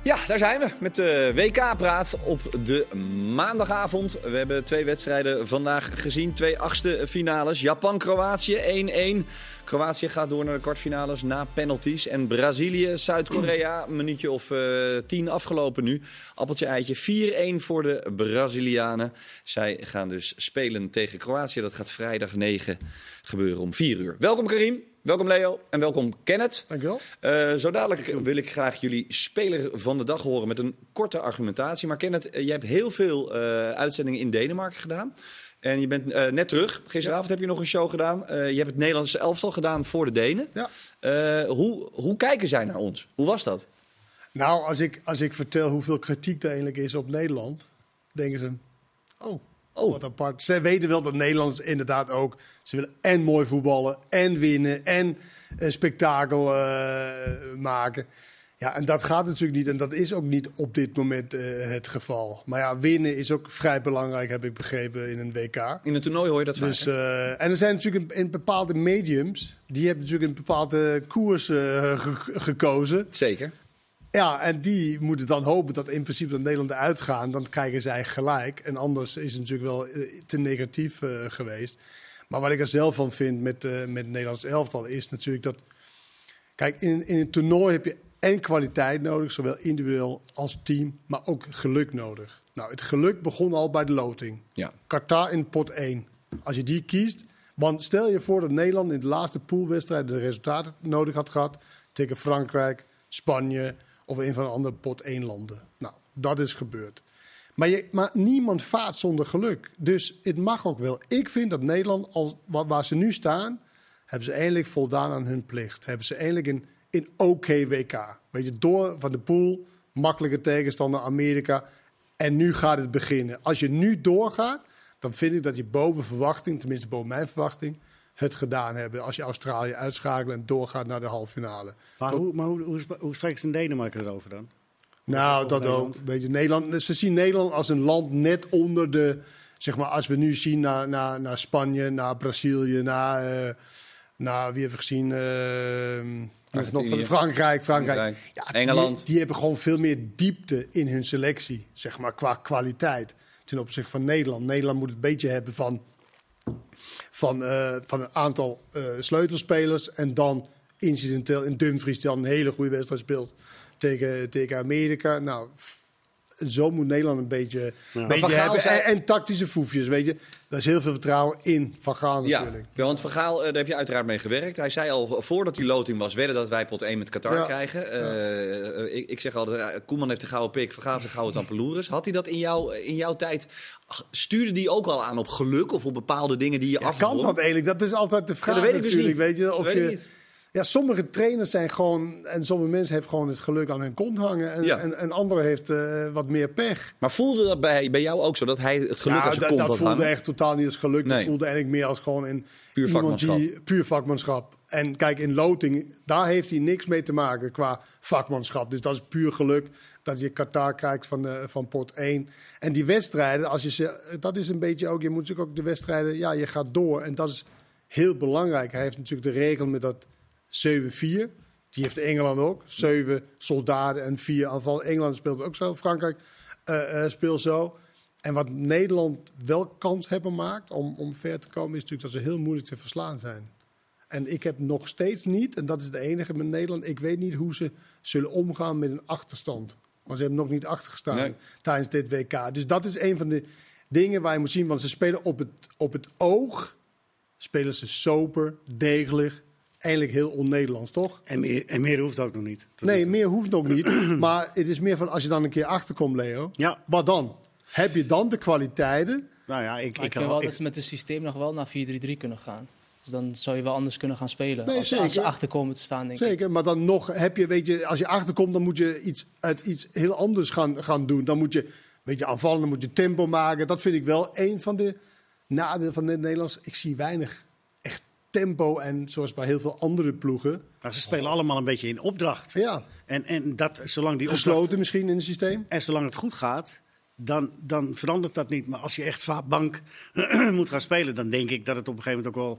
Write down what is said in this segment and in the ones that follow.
Ja, daar zijn we met de WK-praat op de maandagavond. We hebben 2 wedstrijden vandaag gezien. 2 achtste finales. Japan-Kroatië 1-1. Kroatië gaat door naar de kwartfinales na penalties. En Brazilië-Zuid-Korea, een minuutje of 10 afgelopen nu. Appeltje-eitje 4-1 voor de Brazilianen. Zij gaan dus spelen tegen Kroatië. Dat gaat vrijdag 9 gebeuren om 4 uur. Welkom Karim. Welkom Leo en welkom Kenneth. Dankjewel. Zo dadelijk wil ik graag jullie speler van de dag horen met een korte argumentatie. Maar Kenneth, jij hebt heel veel uitzendingen in Denemarken gedaan. En je bent net terug. Gisteravond heb je nog een show gedaan. Je hebt het Nederlandse elftal gedaan voor de Denen. Ja. Hoe kijken zij naar ons? Hoe was dat? Nou, als ik vertel hoeveel kritiek er eigenlijk is op Nederland, denken ze, wat apart. Zij weten wel dat Nederlanders inderdaad ook, ze willen en mooi voetballen en winnen en een spektakel maken. Ja, en dat gaat natuurlijk niet en dat is ook niet op dit moment het geval. Maar ja, winnen is ook vrij belangrijk, heb ik begrepen, in een WK. In een toernooi hoor je dat dus, vaak. En er zijn natuurlijk in bepaalde mediums, die hebben natuurlijk een bepaalde koers gekozen. Zeker. Ja, en die moeten dan hopen dat in principe dat Nederland eruit gaan. Dan krijgen zij gelijk. En anders is het natuurlijk wel te negatief geweest. Maar wat ik er zelf van vind met het Nederlands elftal is natuurlijk dat... Kijk, in een toernooi heb je en kwaliteit nodig, zowel individueel als team, maar ook geluk nodig. Nou, het geluk begon al bij de loting. Ja. Qatar in pot 1. Als je die kiest... Want stel je voor dat Nederland in de laatste poolwedstrijd de resultaten nodig had gehad tegen Frankrijk, Spanje of een van de andere pot 1 landen. Nou, dat is gebeurd. Maar niemand vaart zonder geluk. Dus het mag ook wel. Ik vind dat Nederland, waar ze nu staan, hebben ze eindelijk voldaan aan hun plicht. Hebben ze eindelijk een oké WK. Weet je, door van de pool, makkelijke tegenstander Amerika. En nu gaat het beginnen. Als je nu doorgaat, dan vind ik dat je boven verwachting, tenminste boven mijn verwachting, het gedaan hebben. Als je Australië uitschakelt en doorgaat naar de halve finale. Maar hoe spreken ze in Denemarken erover dan? Nou, dat ook. Weet je, Nederland, ze zien Nederland als een land net onder de... Zeg maar, als we nu zien naar Spanje, naar Brazilië, naar wie hebben we gezien? Nog van Frankrijk. Ja, Engeland. Die hebben gewoon veel meer diepte in hun selectie, zeg maar, qua kwaliteit. Ten opzichte van Nederland. Nederland moet het een beetje hebben van een aantal sleutelspelers. En dan incidenteel in Dumfries, die al een hele goede wedstrijd speelt tegen Amerika. Nou, zo moet Nederland een beetje hebben. En tactische foefjes, weet je. Daar is heel veel vertrouwen in Van Gaal natuurlijk. Ja, want Van Gaal, daar heb je uiteraard mee gewerkt. Hij zei al, voordat die loting was, wedden dat wij pot 1 met Qatar krijgen. Ik zeg altijd, Koeman heeft de gouden pik, Van Gaal heeft de gouden tampeloeres. Had hij dat in jouw tijd... Stuurde die ook al aan op geluk of op bepaalde dingen die je afvroeg? Kan dat eigenlijk? Dat is altijd de vraag dat weet ik natuurlijk. Dus niet. Weet je, of dat weet ik niet. Ja, sommige trainers zijn gewoon... En sommige mensen hebben gewoon het geluk aan hun kont hangen. En anderen heeft wat meer pech. Maar voelde dat bij jou ook zo? Dat hij het geluk aan zijn kont had dat voelde hangen? echt totaal niet als geluk. Nee. Dat voelde eigenlijk meer als gewoon een Puur vakmanschap. Puur vakmanschap. En kijk, in loting, daar heeft hij niks mee te maken qua vakmanschap. Dus dat is puur geluk dat je Qatar krijgt van pot 1. En die wedstrijden, dat is een beetje ook... Je moet natuurlijk ook de wedstrijden... Ja, je gaat door. En dat is heel belangrijk. Hij heeft natuurlijk de regel met dat 7-4. Die heeft Engeland ook. 7 soldaten en 4 aanvallen. Engeland speelt ook zo. Frankrijk speelt zo. En wat Nederland wel kans hebben maakt om ver te komen... is natuurlijk dat ze heel moeilijk te verslaan zijn. En ik heb nog steeds niet, en dat is het enige met Nederland... ik weet niet hoe ze zullen omgaan met een achterstand. Want ze hebben nog niet achtergestaan tijdens dit WK. Dus dat is een van de dingen waar je moet zien... want ze spelen op het oog... spelen ze sober, degelijk... Eigenlijk heel on-Nederlands, toch? En meer hoeft ook nog niet. Meer hoeft ook niet. Maar het is meer van als je dan een keer achterkomt, Leo. Ja. Wat dan? Heb je dan de kwaliteiten? Nou ja, ik vind wel dat ze met het systeem nog wel naar 4-3-3 kunnen gaan. Dus dan zou je wel anders kunnen gaan spelen. Nee, als ze achterkomen te staan, denk ik. Zeker, maar dan nog heb je, weet je, als je achterkomt, dan moet je iets heel anders gaan doen. Dan moet je, weet je, aanvallen, dan moet je tempo maken. Dat vind ik wel een van de nadelen van het Nederlands. Ik zie weinig echt tempo en zoals bij heel veel andere ploegen. Maar ze spelen allemaal een beetje in opdracht. Ja. En dat, zolang die gesloten opdracht, misschien in het systeem. En zolang het goed gaat, dan verandert dat niet. Maar als je echt vaak bank moet gaan spelen, dan denk ik dat het op een gegeven moment ook wel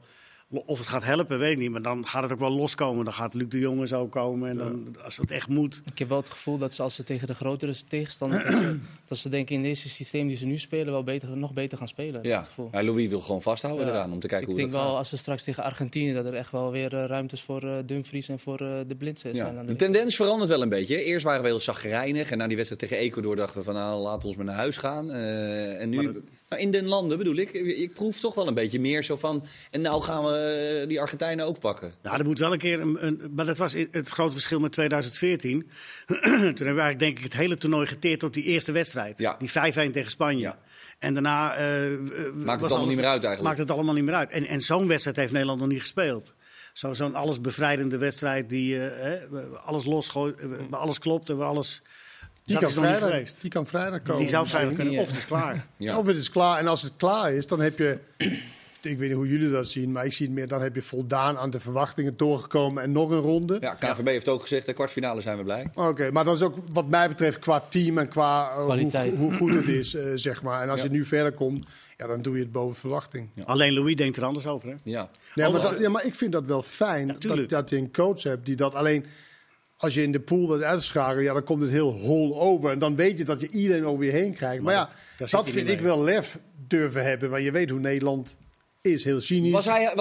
Of het gaat helpen, weet ik niet. Maar dan gaat het ook wel loskomen. Dan gaat Luc de Jong en zo komen. En dan, als het echt moet... Ik heb wel het gevoel dat ze als ze tegen de grotere tegenstander... dat ze denk ik in deze systeem die ze nu spelen wel nog beter gaan spelen. Ja. Dat gevoel. Ja, Louis wil gewoon vasthouden eraan om te kijken Ik hoe denk dat wel gaat. als ze straks tegen Argentinië... dat er echt wel weer ruimtes voor Dumfries en voor de Blindse zijn. Ja. aan De tendens verandert wel een beetje. Hè. Eerst waren we heel chagrijnig. En na die wedstrijd tegen Ecuador dachten we van nou, laten we ons maar naar huis gaan. En nu... Maar in den landen bedoel ik proef toch wel een beetje meer zo van... En nou gaan we die Argentijnen ook pakken. Ja, er moet wel een keer... maar dat was het grote verschil met 2014. Toen hebben we eigenlijk denk ik het hele toernooi geteerd op die eerste wedstrijd. Ja. Die 5-1 tegen Spanje. Ja. En daarna... Maakt het allemaal niet meer uit eigenlijk. Maakt het allemaal niet meer uit. En zo'n wedstrijd heeft Nederland nog niet gespeeld. Zo'n alles bevrijdende wedstrijd die alles losgooit, waar alles klopt en waar alles... Die dat is nog niet vrijdag, geweest. die kan vrijdag komen. Die zou vrijdag misschien. kunnen, of het is klaar. Ja. Of het is klaar. En als het klaar is, dan heb je... Ik weet niet hoe jullie dat zien, maar ik zie het meer... Dan heb je voldaan aan de verwachtingen doorgekomen en nog een ronde. Ja, KNVB heeft ook gezegd, de kwartfinale zijn we blij. Oké, maar dat is ook wat mij betreft qua team en qua Kwaliteit. hoe goed het is, zeg maar. En als je nu verder komt, ja, dan doe je het boven verwachting. Ja. Alleen Louis denkt er anders over, hè? Ja. Ja, maar, Anders- maar ik vind dat wel fijn Ja, tuurlijk. dat je een coach hebt die dat alleen... Als je in de pool dat uitschakelt, ja, dan komt het heel hol over. En dan weet je dat je iedereen over je heen krijgt. Maar ja, daar zit dat hij vind niet ik mee. wel lef durven hebben. Want je weet hoe Nederland is, heel cynisch.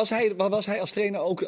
Was hij als trainer ook...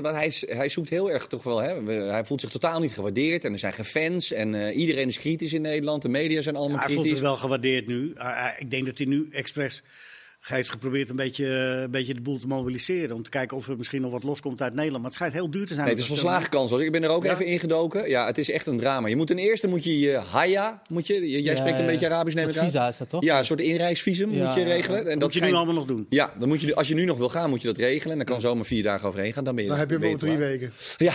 Hij zoekt heel erg toch wel... Hè, hij voelt zich totaal niet gewaardeerd. En er zijn geen fans. En iedereen is kritisch in Nederland. De media zijn allemaal Hij voelt kritisch. zich wel gewaardeerd nu. Ik denk dat hij nu expres heeft geprobeerd een beetje de boel te mobiliseren. Om te kijken of er misschien nog wat loskomt uit Nederland. Maar het schijnt heel duur te zijn. Nee, het is volslagen kans. Hoor. Ik ben er ook Ja. even ingedoken. Ja, het is echt een drama. Ten eerste moet je Haya... Jij spreekt een beetje Arabisch, neem Dat ik aan. visa is dat toch? Ja, een soort inreisvisum Ja, moet je ja, regelen. En Dat moet je schijnt- nu allemaal nog doen. Ja, dan moet je, als je nu nog wil gaan, moet je dat regelen. En dan kan zomaar 4 dagen overheen gaan. Dan ben je Dan heb je hem ben over te 3 laat. weken. Ja,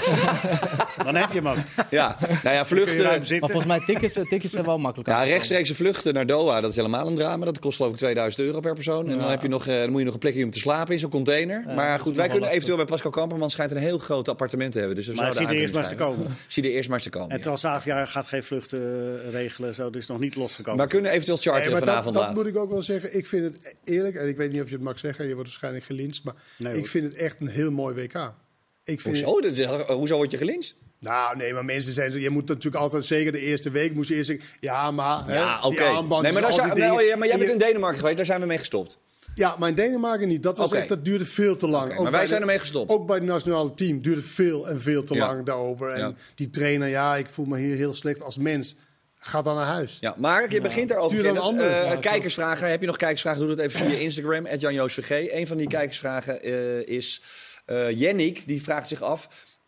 Dan heb je hem ook. ja. Nou ja, Kun je ruim vluchten... Maar zitten. volgens mij tickets zijn wel makkelijk. Ja, aan te rechtstreekse vluchten naar Doha, dat is helemaal een drama. Dat kost geloof ik €2000 per persoon. En dan, Ja. heb je nog, dan moet je nog een plekje om te slapen in zo'n container. Ja, maar dat goed, is wij nogal kunnen lastig. eventueel bij Pascal Kamperman schijnt een heel groot appartement te hebben. Dus we Maar zouden zie er aan eerst maar eens te kunnen komen. Zie er eerst maar eens te komen. En ja. Transavia gaat geen vluchten regelen. Zo, dus nog niet losgekomen. Maar kunnen eventueel charteren Nee, maar vanavond dat laat. moet ik ook wel zeggen. Ik vind het eerlijk, en ik weet niet of je het mag zeggen. Je wordt waarschijnlijk gelinst. Maar Nee, ik hoor. vind het echt een heel mooi WK. Ik vind het- Hoezo? Hoezo word je gelinst? Nou, nee, maar mensen zijn zo... Je moet natuurlijk altijd, zeker de eerste week, moest je eerst zeggen... Ja, maar... Ja, hè, die oké. armbandjes, Nee, maar, al die dingen. maar jij En bent je- in Denemarken geweest, daar zijn we mee gestopt. Ja, maar in Denemarken niet. Dat was Oké. echt, dat duurde veel te lang. Oké, Ook maar bij wij zijn ermee gestopt. Ook bij het nationale team duurde veel en veel te Ja. lang daarover. En Ja. die trainer, ja, ik voel me hier heel slecht als mens. Ga dan naar huis. Ja, maar je begint daarover. Stuur dan Kenneth. een andere. Ja, kijkersvragen. Heb je nog kijkersvragen? Doe dat even via Instagram, @JanJoosVG. Een van die kijkersvragen is Jennik. Die vraagt zich af...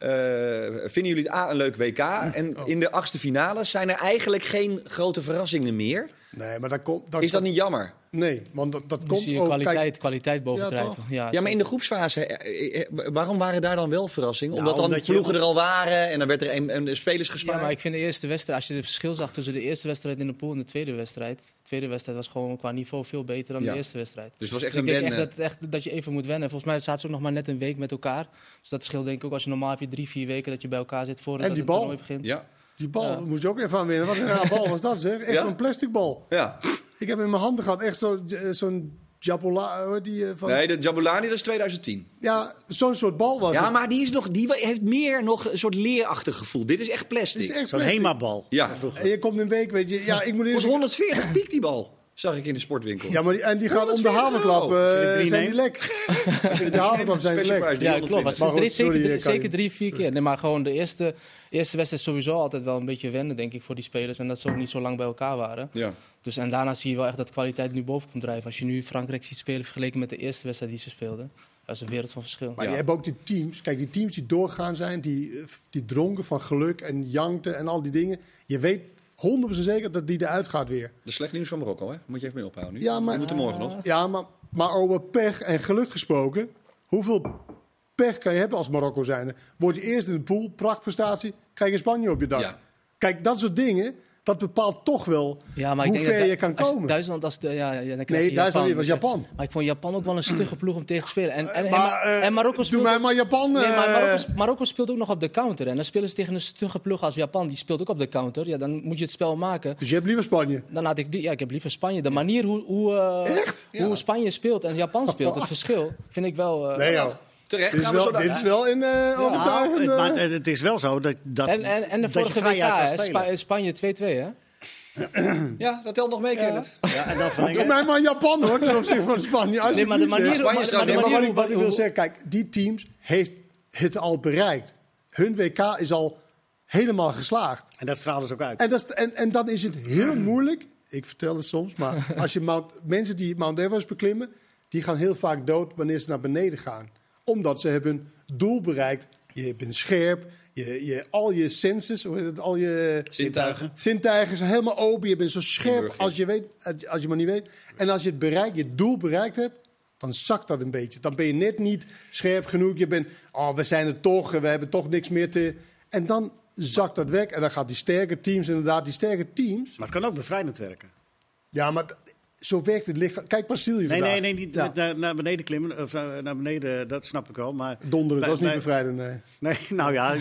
vinden jullie het een leuk WK? En in de 8e finale zijn er eigenlijk geen grote verrassingen meer? Nee, maar dat komt... Is dat niet jammer? Nee, want dat Dan komt zie je ook... kwaliteit Ja, bovendrijven. toch? Ja, maar in de groepsfase, waarom waren daar dan wel verrassingen? Nou, Omdat dan omdat je- ploegen er al waren en dan werd er een spelers gespaard? Ja, maar ik vind de eerste wedstrijd, als je het verschil zag tussen de eerste wedstrijd in de pool en de tweede wedstrijd. De tweede wedstrijd was gewoon qua niveau veel beter dan Ja. de eerste wedstrijd. Dus het was echt Dus een ik denk wennen. echt dat je even moet wennen. Volgens mij zaten ze ook nog maar net een week met elkaar. Dus dat scheelt denk ik ook als je normaal heb je 3-4 weken dat je bij elkaar zit voordat En het die bal. toernooi begint. Ja, Die bal Ja. moest je ook even aan winnen. Wat een rare bal was dat, zeg. Echt Ja? zo'n plastic bal. ja. Ik heb in mijn handen gehad echt zo'n Japola... die van... Nee, de Jabulani, dat is 2010. Ja, zo'n soort bal was Ja, het. maar die heeft meer nog een soort leerachtig gevoel. Dit is echt Het plastic. is echt Zo'n plastic. HEMA-bal. Ja, En je komt een week, weet je... Ja, ik moet het was eerst... 140 piek die bal. Zag ik in de sportwinkel. Ja, maar en die gaat om de 140 havenklap. euro. die Zijn neemt. die lek? De havenklap zijn die lek. Ja, klopt. Maar goed, Er is sorry, zeker Karin. 3-4 keer. Nee, maar gewoon de eerste wedstrijd sowieso altijd wel een beetje wennen, denk ik, voor die spelers. En dat ze ook niet zo lang bij elkaar waren. Ja. Dus, en daarna zie je wel echt dat kwaliteit nu boven komt drijven. Als je nu Frankrijk ziet spelen vergeleken met de eerste wedstrijd die ze speelden. Dat is een wereld van verschil. Maar Ja. je hebt ook die teams. Kijk, die teams die doorgaan zijn, die dronken van geluk en jankten en al die dingen. Je weet 100% zeker dat die eruit gaat weer. De slecht nieuws van Marokko, hè? Moet je even mee ophouden nu. Ja, maar- We moeten morgen nog. Ja, maar over pech en geluk gesproken. Hoeveel pech kan je hebben als Marokko zijnde? Word je eerst in de pool, prachtprestatie, krijg je Spanje op je dak. Ja. Kijk, dat soort dingen, dat bepaalt toch wel Ja, maar hoe ik denk ver dat je kan als komen. Duitsland dan krijg je Nee, Duitsland niet, was Dus, Japan. Maar ik vond Japan ook wel een stugge ploeg om tegen te spelen. En Maar Marokko doe speelt mij maar Japan. Nee, maar Marokko speelt ook nog op de counter. En dan spelen ze tegen een stugge ploeg als Japan. Die speelt ook op de counter. Ja, dan moet je het spel maken. Dus je hebt liever Spanje. Dan had ik heb liever Spanje. De manier hoe Ja. Spanje speelt en Japan speelt, het verschil, vind ik wel... Nee, joh. Terecht. Dit is wel in overtuigend. Maar het is wel zo dat En de dat je vorige vrij WK, uit kan hè, spelen. Spanje 2-2, hè? Ja, dat telt nog mee, Kenneth. Ja, en dan Doe verlengen. mij maar Japan, hoor, ten opzichte van Spanje. Nee, maar de manier... Spanje is trouwens Nee, maar manier wat ik wil zeggen, kijk, die teams heeft het al bereikt. Hun WK is al helemaal geslaagd. En dat stralen ze ook uit. En dan is het heel moeilijk. Ik vertel het soms, maar als je mensen die Mount Everest beklimmen, die gaan heel vaak dood wanneer ze naar beneden gaan. Omdat ze hebben hun doel bereikt. Je bent scherp, al je senses, hoe heet het, al je zintuigen zijn helemaal open. Je bent zo scherp als je maar niet weet. En als je het bereikt, je doel bereikt hebt, dan zakt dat een beetje. Dan ben je net niet scherp genoeg. Je bent, we zijn er toch, we hebben toch niks meer te... En dan zakt dat weg en dan gaat die sterke teams inderdaad, die sterke teams... Maar het kan ook bevrijdend werken. Ja, maar zo werkt het lichaam. Kijk Brazilië vandaag. Nee, niet naar beneden klimmen. Of naar beneden, dat snap ik wel. Maar Donderen, dat is niet bevrijdend, nee. Nee, nou ja.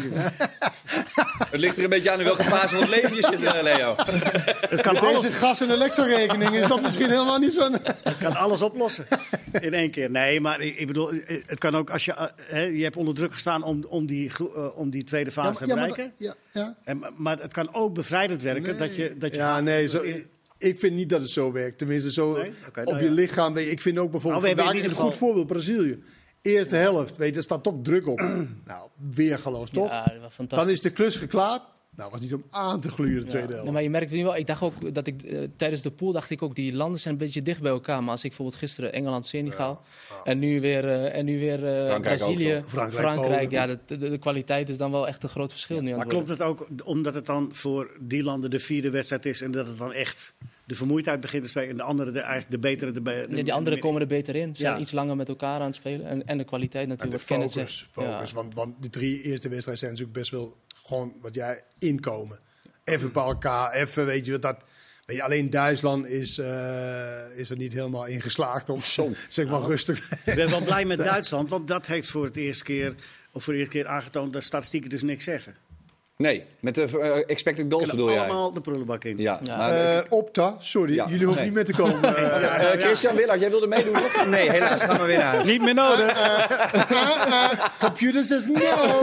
Het ligt er een beetje aan in welke fase van het leven je zit, Leo. Het kan Met deze gas- en elektrorekening is dat misschien helemaal niet zo... Het kan alles oplossen in één keer. Nee, maar ik bedoel, het kan ook als je... je hebt onder druk gestaan om die tweede fase te bereiken. Maar het kan ook bevrijdend werken. Dat je ik vind niet dat het zo werkt. Tenminste, zo op je lichaam. Ik vind ook bijvoorbeeld vandaag een goed voorbeeld, Brazilië. Eerste helft, weet je, er staat toch druk op. Nou, weergeloos, toch? Ja, dat was fantastisch. Dan is de klus geklaard. Nou, was niet om aan te gluren de tweede helft. Nee, maar je merkt nu wel, ik dacht ook dat tijdens de pool dacht ik ook, die landen zijn een beetje dicht bij elkaar. Maar als ik bijvoorbeeld gisteren Engeland, Senegal en nu weer Brazilië, Frankrijk. Ja, de kwaliteit is dan wel echt een groot verschil nu aan Maar het worden. klopt het ook omdat het dan voor die landen de vierde wedstrijd is en dat het dan echt de vermoeidheid begint te spelen en de andere eigenlijk de betere... Nee, die anderen komen er beter in. Ze zijn Ja. iets langer met elkaar aan het spelen. En de kwaliteit En de natuurlijk. focus. Ja. Want die 3 eerste wedstrijden zijn natuurlijk best wel gewoon wat jij inkomen. Even bij elkaar, even weet je dat. Weet je, alleen Duitsland is er niet helemaal in geslaagd om zeg maar rustig. Ik ben wel blij met Duitsland, want dat heeft voor de eerste keer aangetoond dat statistieken dus niks zeggen. Nee, met de expected goals bedoel jij? Allemaal de prullenbak in. Ja, Ja. maar... Opta, sorry, Ja. jullie hoeven niet meer te komen. Christian Willard, jij wilde meedoen? Of? Nee, helaas, gaan we weer naar huis. Niet meer nodig. Computer says no.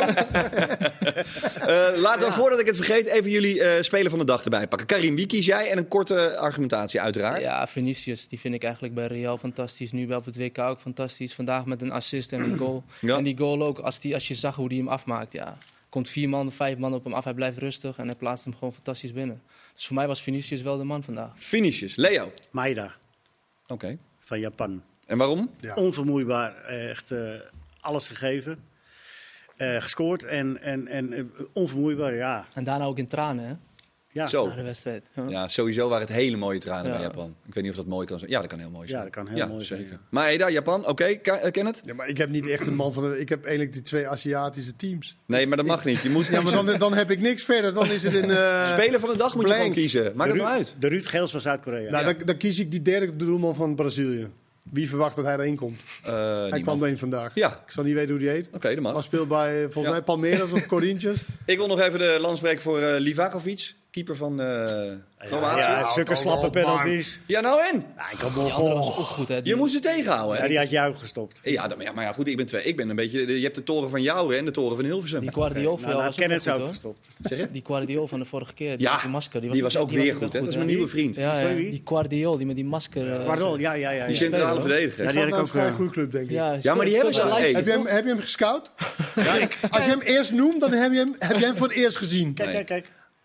Laten we, voordat ik het vergeet, even jullie speler van de dag erbij pakken. Karim, wie kies jij? En een korte argumentatie uiteraard. Ja, Vinicius, die vind ik eigenlijk bij Real fantastisch. Nu bij op het WK ook fantastisch. Vandaag met een assist en een goal. Ja. En die goal ook, als je zag hoe hij hem afmaakt, ja. Komt 4 man, 5 man op hem af, hij blijft rustig en hij plaatst hem gewoon fantastisch binnen. Dus voor mij was Vinicius wel de man vandaag. Vinicius, Leo. Maeda Oké. van Japan. En waarom? Ja. Onvermoeibaar, echt alles gegeven. Gescoord en onvermoeibaar, ja. En daarna ook in tranen, hè, Ja, Zo. na de wedstrijd. Ja. Ja, sowieso waren het hele mooie tranen Ja. bij Japan. Ik weet niet of dat mooi kan zijn. Ja, dat kan heel mooi zijn. Ja, dat kan heel mooi zeker. zijn. Maeda, Japan, oké. Ken het? Ja, maar ik heb niet echt een man van. Ik heb eigenlijk die 2 Aziatische teams. Nee, maar dat mag niet. Je moet Ja, maar dan heb ik niks verder. Dan is het een. Speler van de dag moet je blank. gewoon kiezen. Maakt het nou uit. De Ruud Geels van Zuid-Korea. Nou, dan kies ik die derde doelman van Brazilië. Wie verwacht dat hij erin komt? Hij Niemand. kwam erin vandaag. Ja. Ik zal niet weten hoe die heet. Oké, dat mag. Hij speelt bij volgens mij Palmeiras of Corinthians. Ik wil nog even de lans breken voor Livakovic, keeper van Kroatië. Ja, Ja, zulke slappe penalties. nou en? Die andere was ook goed, hè. Je moest het tegenhouden, hè? Ja, die had juich gestopt. Ja, maar ja, goed, ik ben een beetje... Je hebt de toren van Jouren en de toren van Hilversum. Die Guardiol van jou Nou, was ook Kenneth wel is goed, ook hoor. gestopt. Zeg je? Die Guardiol van de vorige keer, Ja, met die masker. die was ook weer goed, hè? Dat is mijn nieuwe vriend. Ja, ja. Sorry? Die Guardiol, die met die masker. Pardon, ja. Die centrale hoor. verdediger. Ja, die had ik Een ook. vrij goede club, denk ik. Ja, maar die hebben ze al. Hey. Heb je hem gescout? Als je hem eerst noemt, dan heb je hem voor het eerst gezien. Kijk.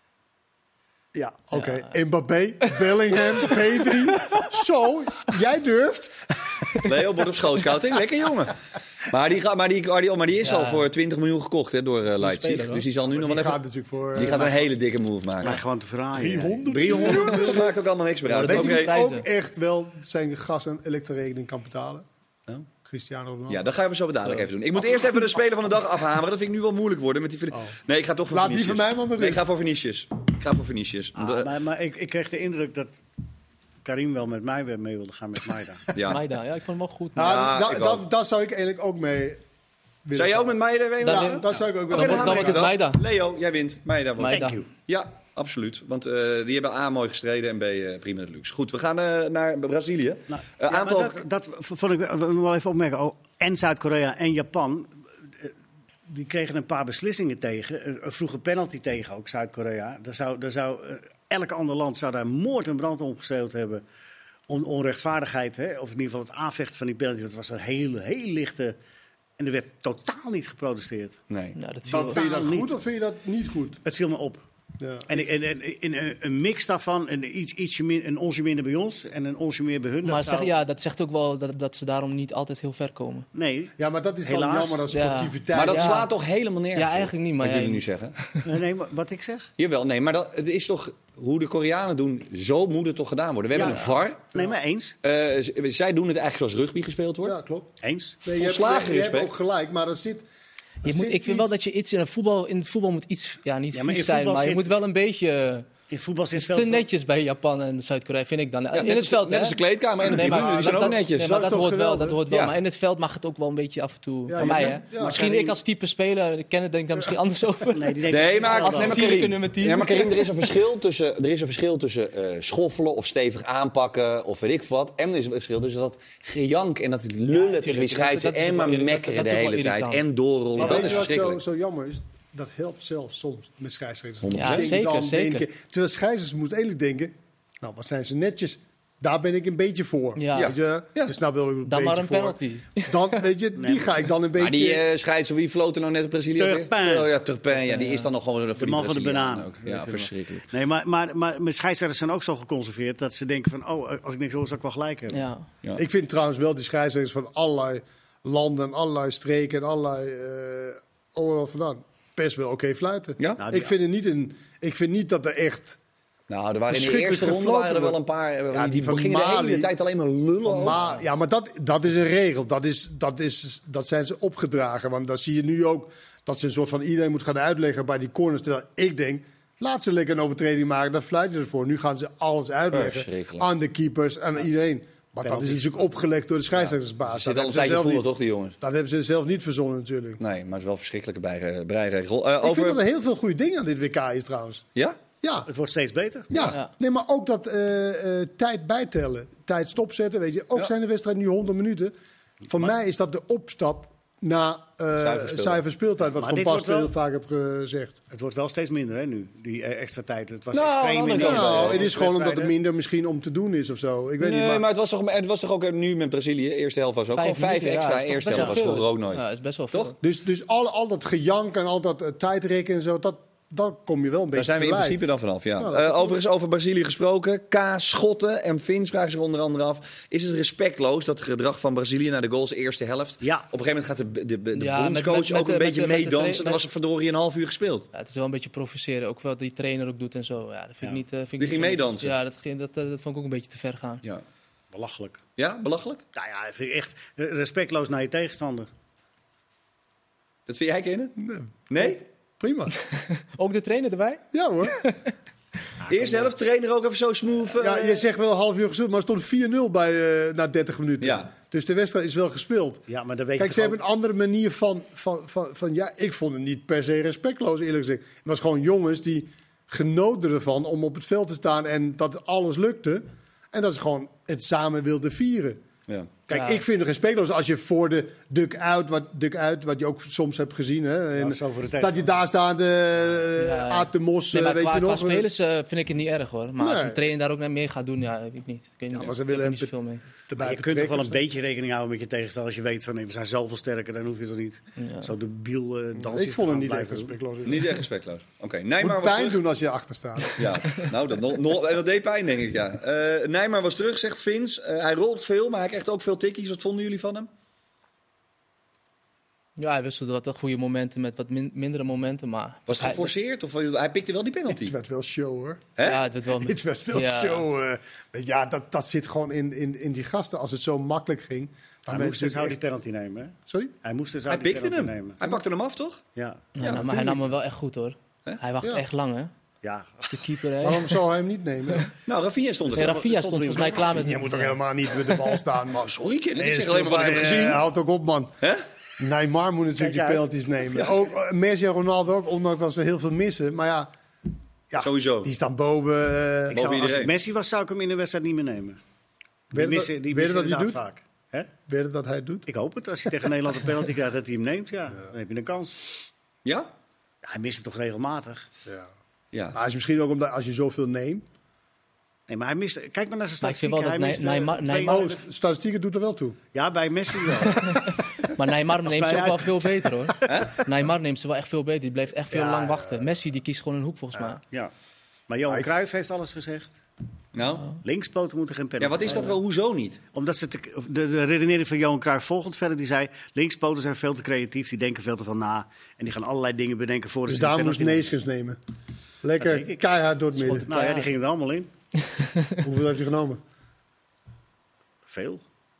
Ja, oké. Mbappé, Bellingham, Pedri. Zo, jij durft. Leo wordt op schoolscouting. Lekker jongen. Maar die is Ja. al voor 20 miljoen gekocht, hè, door Leipzig. speler, hoor. Dus die zal nu nog Die wel gaat even... natuurlijk voor Die gaat een hele dikke move maken. Maar gewoon te verraaien. 300. 300, dus dat maakt ook allemaal niks meer uit. Weet je Oké. wie prijzen. ook echt wel zijn gas- en elektrorekening kan betalen? Nou? Cristiano Ronaldo. Ja, dat gaan we zo dadelijk even doen. Ik moet eerst even de speler van de dag afhameren. Dat vind ik nu wel moeilijk worden. Met die... Nee, ik ga toch voor Laat die Vinicius. van mij maar Nee, ik rust. ga voor Vinicius. Maar ik kreeg de indruk dat Karim wel met mij weer mee wilde gaan met Maida. Ja. Maida, ja, ik vond hem wel goed. Nou, Ja, ik ook. daar zou ik eigenlijk ook mee willen. Zou jij ook met mij Dan Ja, win- daar zou ik ook wel. Oké, Dan dan wordt gaan we het Maida. Leo, jij wint. Maida. Maida. Thank you. Ja, absoluut. Want die hebben A, mooi gestreden en B, prima de luxe. Goed, we gaan naar Brazilië. Nou, dat vond ik wel even opmerken. En Zuid-Korea en Japan, die kregen een paar beslissingen tegen. Een vroege penalty tegen ook, Zuid-Korea. Daar zou elk ander land zou daar moord en brand om geschreeuwd hebben. Onrechtvaardigheid, hè? Of in ieder geval het aanvechten van die penalty. Dat was een heel lichte... En er werd totaal niet geprotesteerd. Nee. Nou, Vind je dat goed of vind je dat niet goed? Het viel me op. Ja. En een mix daarvan, een onsje minder bij ons en een onsje meer bij hun. Maar dat zegt ook wel dat ze daarom niet altijd heel ver komen. Nee. Ja, maar dat is dan jammer als sportiviteit. Ja. Maar dat slaat toch helemaal nergens op? Ja, eigenlijk niet. Maar wat jullie nu zeggen. Nee, wat ik zeg? Jawel, nee, maar het is toch... Hoe de Koreanen doen, zo moet het toch gedaan worden. We hebben een VAR. Nee, maar eens. Zij doen het eigenlijk zoals rugby gespeeld wordt. Ja, klopt. Eens. Nee, je hebt ook gelijk, maar er zit... Ik vind wel dat je iets in het voetbal moet iets, niet vies zijn, maar je moet wel een beetje... In voetbal zit het te netjes bij Japan en Zuid-Korea, vind ik dan. Ja, in het veld, net als de kleedkamer en de tribune, die zijn ook netjes. Nee, maar dat hoort wel. Maar in het veld mag het ook wel een beetje af en toe, van mij. Hè? Misschien ik als type speler, ik ken het denk ik daar misschien anders over. Maar Karim, er is een verschil tussen schoffelen of stevig aanpakken of weet ik wat. En er is een verschil tussen dat gejank en dat het lullen tegen die scheidsen en maar mekkeren de hele tijd en doorrollen. Dat is verschrikkelijk. Wat zo jammer is? Dat helpt zelfs soms met scheidsrechters. Ja, zeker. Terwijl scheidsrechters moeten eigenlijk denken... Nou, wat zijn ze netjes? Daar ben ik een beetje voor. Ja. Weet je? Dus nou wil ik een dan beetje maar een penalty. Dan, weet je, die ga ik dan een beetje... Maar die scheidsrechter, wie floot er nou net in Brazilië? Turpin. Ja, die is dan nog gewoon voor de man van de banaan. Ook. Ja, verschrikkelijk. Nee, maar scheidsrechters zijn ook zo geconserveerd dat ze denken van... als ik niks hoor, zou ik wel gelijk hebben. Ja. Ik vind trouwens wel die scheidsrechters van allerlei landen, allerlei streken en allerlei overal vandaan best wel oké fluiten. Ja? Nou, ik vind niet dat er echt... Nou, er waren in de eerste ronde waren er wel een paar... die van gingen Mali, de hele tijd alleen maar lullen. Maar dat is een regel. Dat zijn ze opgedragen. Want dan zie je nu ook dat ze een soort van iedereen moet gaan uitleggen bij die corners. Terwijl ik denk, laat ze lekker een overtreding maken. Dat fluit je ervoor. Nu gaan ze alles uitleggen aan de keepers, aan iedereen. Maar dat is natuurlijk opgelegd door de scheidsrechtersbaas. Ze zitten al een tijdje voelen, toch, die jongens? Dat hebben ze zelf niet verzonnen natuurlijk. Nee, maar het is wel een verschrikkelijke breiregel. Ik vind dat er heel veel goede dingen aan dit WK is trouwens. Ja? Ja. Het wordt steeds beter. Ja. Nee, maar ook dat tijd bijtellen. Tijd stopzetten, weet je. Ook zijn de wedstrijden nu 100 minuten. Voor mij is dat de opstap na zuiver speeltijd. Wat Van Basten heel vaak heb gezegd. Het wordt wel steeds minder, hè, nu, die extra tijd. Het was extreem minder. Nou, het is gewoon omdat er minder misschien om te doen is of zo. Ik weet niet, maar het was toch ook nu met Brazilië. Eerste helft was ook gewoon 5 extra. Eerste helft was voor ook nooit. Ja, is best wel veel. Toch? Dus al dat gejank en al dat tijdrekken en zo, dan kom je wel een beetje. Daar zijn we in principe dan vanaf, ja. Overigens over Brazilië gesproken. K. Schotten en Vins vragen zich onder andere af. Is het respectloos dat het gedrag van Brazilië naar de goals eerste helft? Ja. Op een gegeven moment gaat de bondscoach ook een beetje meedansen. Dan was er verdorie een half uur gespeeld. Ja, het is wel een beetje provoceren. Ook wat die trainer ook doet en zo. Ja, dat vind ik niet. Die ging meedansen? Ja, dat vond ik ook een beetje te ver gaan. Ja. Belachelijk. Ja, belachelijk? Nou ja, vind ik echt respectloos naar je tegenstander. Dat vind jij, Kenen? Nee? Prima. Ook de trainer erbij? Ja hoor. Eerste helft trainer ook even zo smooth. Ja, je zegt wel een half uur gespeeld, maar er stond 4-0 bij na 30 minuten. Ja. Dus de wedstrijd is wel gespeeld. Ja, maar dan weet Kijk, ze hebben een andere manier van... Ja, ik vond het niet per se respectloos, eerlijk gezegd. Het was gewoon jongens die genoten ervan om op het veld te staan en dat alles lukte. En dat ze gewoon het samen wilden vieren. Ja. Kijk, ik vind het respectloos als je voor de duck-out, wat je ook soms hebt gezien. Hè, en dat je daar staat, Aad de Mos, weet je nog. Qua spelers vind ik het niet erg hoor. Maar als een trainer daar ook naar meer gaat doen, weet ik niet. Maar ze willen niet zoveel mee. Je kunt toch wel een beetje rekening houden met je tegenstander. Als je weet van we zijn zoveel sterker, dan hoef je toch niet zo debiel dansen. Ik vond het niet echt respectloos. Niet echt respectloos. Oké, Neymar was pijn doen als je achter staat. Ja, nou dat deed pijn denk ik, ja. Neymar was terug, zegt Vins. Hij rolt veel, maar hij krijgt ook veel tikkies. Wat vonden jullie van hem? Ja, hij wisselde wat goede momenten met wat mindere momenten, maar... Was het geforceerd of hij pikte wel die penalty? Het werd wel show, hoor. Hè? Ja, het werd wel show. Dat zit gewoon in die gasten. Als het zo makkelijk ging... Hij moest dus die penalty nemen, hè? Sorry? Hij pikte hem. Nemen. Hij pakte hem af, toch? Ja. Maar hij nam hem wel echt goed, hoor. Hij wacht echt lang, hè? Ja. De keeper, hè? Waarom zou hij hem niet nemen? Nou, Rafinha stond er. Rafinha stond volgens mij klaar met... Je moet toch helemaal niet met de bal staan, man. Sorry, ik zeg alleen maar wat ik heb gezien. Houd ook op, man. Neymar moet natuurlijk die penalties nemen. Ook Messi en Ronaldo ook, ondanks dat ze heel veel missen. Maar ja, Ja, sowieso. Die staan boven. Als ik Messi was, zou ik hem in de wedstrijd niet meer nemen. Weet je dat hij doet? Vaak. Weet je dat hij het doet? Ik hoop het. Als je tegen Nederland een penalty krijgt, dat hij hem neemt. Ja. Dan heb je een kans. Ja? Ja, hij mist het toch regelmatig. Ja. Maar is misschien ook omdat als je zoveel neemt. Nee, maar hij mist. Kijk maar naar zijn statistieken. Statistieken doet er wel toe. Ja, bij Messi wel. Maar Neymar neemt ze ook wel veel beter, hoor. Neymar neemt ze wel echt veel beter. Die blijft echt veel lang wachten. Messi die kiest gewoon een hoek, volgens mij. Ja. Maar Johan Cruijff heeft alles gezegd. Nou? Linkspoten moeten geen penalty. Ja, wat is dat wel? Hoezo niet? Omdat de redenering van Johan Cruijff volgend verder. Die zei, linkspoten zijn veel te creatief. Die denken veel te veel na. En die gaan allerlei dingen bedenken voor dus daar moest Neeskens nemen. Lekker keihard door het midden. Nou ja, die gingen er allemaal in. Hoeveel heeft hij genomen? Veel.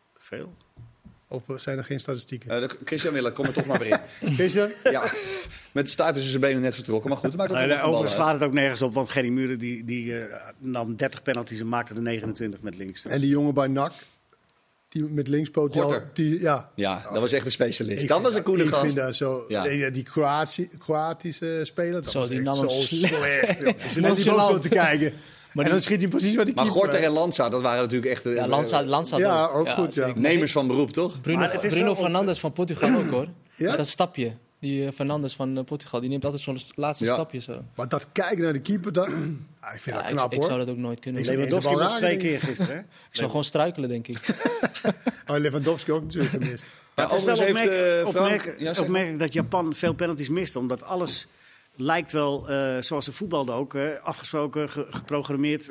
Of zijn er geen statistieken? Christian Miller, kom er toch maar weer in. Christian? Ja, met de staart tussen zijn benen net vertrokken. Maar goed, dat maakt ook overigens slaat het ook nergens op. Want Gerry Muren die nam 30 penalties en maakte er 29 met links. En die jongen bij NAC? Die met linkspoot. Ja, dat was echt een specialist. Dat was een coole gast. Ik vind dat zo. Ja. Die Kroatische speler. Dat was die echt zo slecht. Ze was die ook zo te kijken. En dan schiet hij precies wat die keeper. Maar Gorter en Lanza, dat waren natuurlijk echt... Ja, Lanza ja, ook goed. Ja. Nemers van beroep, toch? Bruno Fernandes van Portugal ook, hoor. Ja? Dat stapje. Die Fernandes van Portugal, die neemt altijd zo'n laatste stapje zo. Maar dat kijken naar de keeper, ik vind dat knap, hoor. Ik zou dat ook nooit kunnen. Lewandowski nog 2 keer gisteren, hè? Ik zou gewoon struikelen, denk ik. Lewandowski ook natuurlijk gemist. Het is wel opmerkelijk dat Japan veel penalties mist, omdat alles... lijkt wel, zoals de voetbalde ook, afgesproken, geprogrammeerd.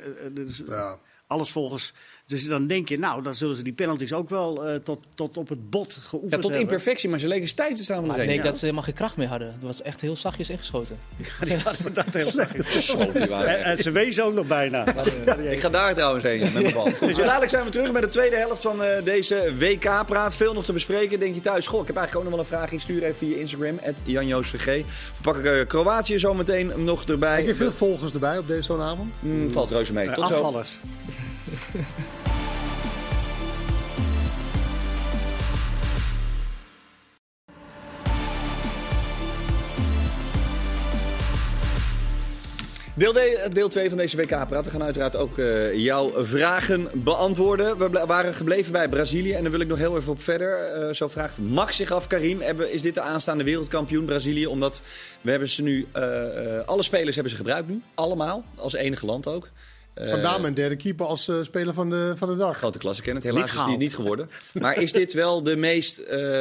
Alles volgens. Dus dan denk je, dan zullen ze die penalties ook wel tot op het bot geoefend hebben. Tot imperfectie, maar ze leken stijf te staan. Ik denk dat ze helemaal geen kracht meer hadden. Het was echt heel zachtjes ingeschoten. Ja, die was inderdaad heel slecht. En ze wezen ook nog bijna. Ik ga daar trouwens heen met mijn bal. Dus dadelijk zijn we terug met de tweede helft van deze WK-praat. Veel nog te bespreken. Denk je thuis, ik heb eigenlijk ook nog wel een vraag. Stuur even via Instagram, @JanJoosVG. We pakken Kroatië zo meteen nog erbij. Heb je veel volgers erbij op zo'n avond? Valt reuze mee. Tot afvallers. Zo. Deel 2 van deze WK-praat. We gaan uiteraard ook jouw vragen beantwoorden. We waren gebleven bij Brazilië en daar wil ik nog heel even op verder. Zo vraagt Max zich af, Karim, is dit de aanstaande wereldkampioen Brazilië? Omdat we hebben ze nu, alle spelers hebben ze gebruikt nu. Allemaal, als enige land ook. Vandaar mijn derde keeper als speler van de dag. Grote klasse kennen. Helaas is die niet geworden. Maar is dit wel de meest...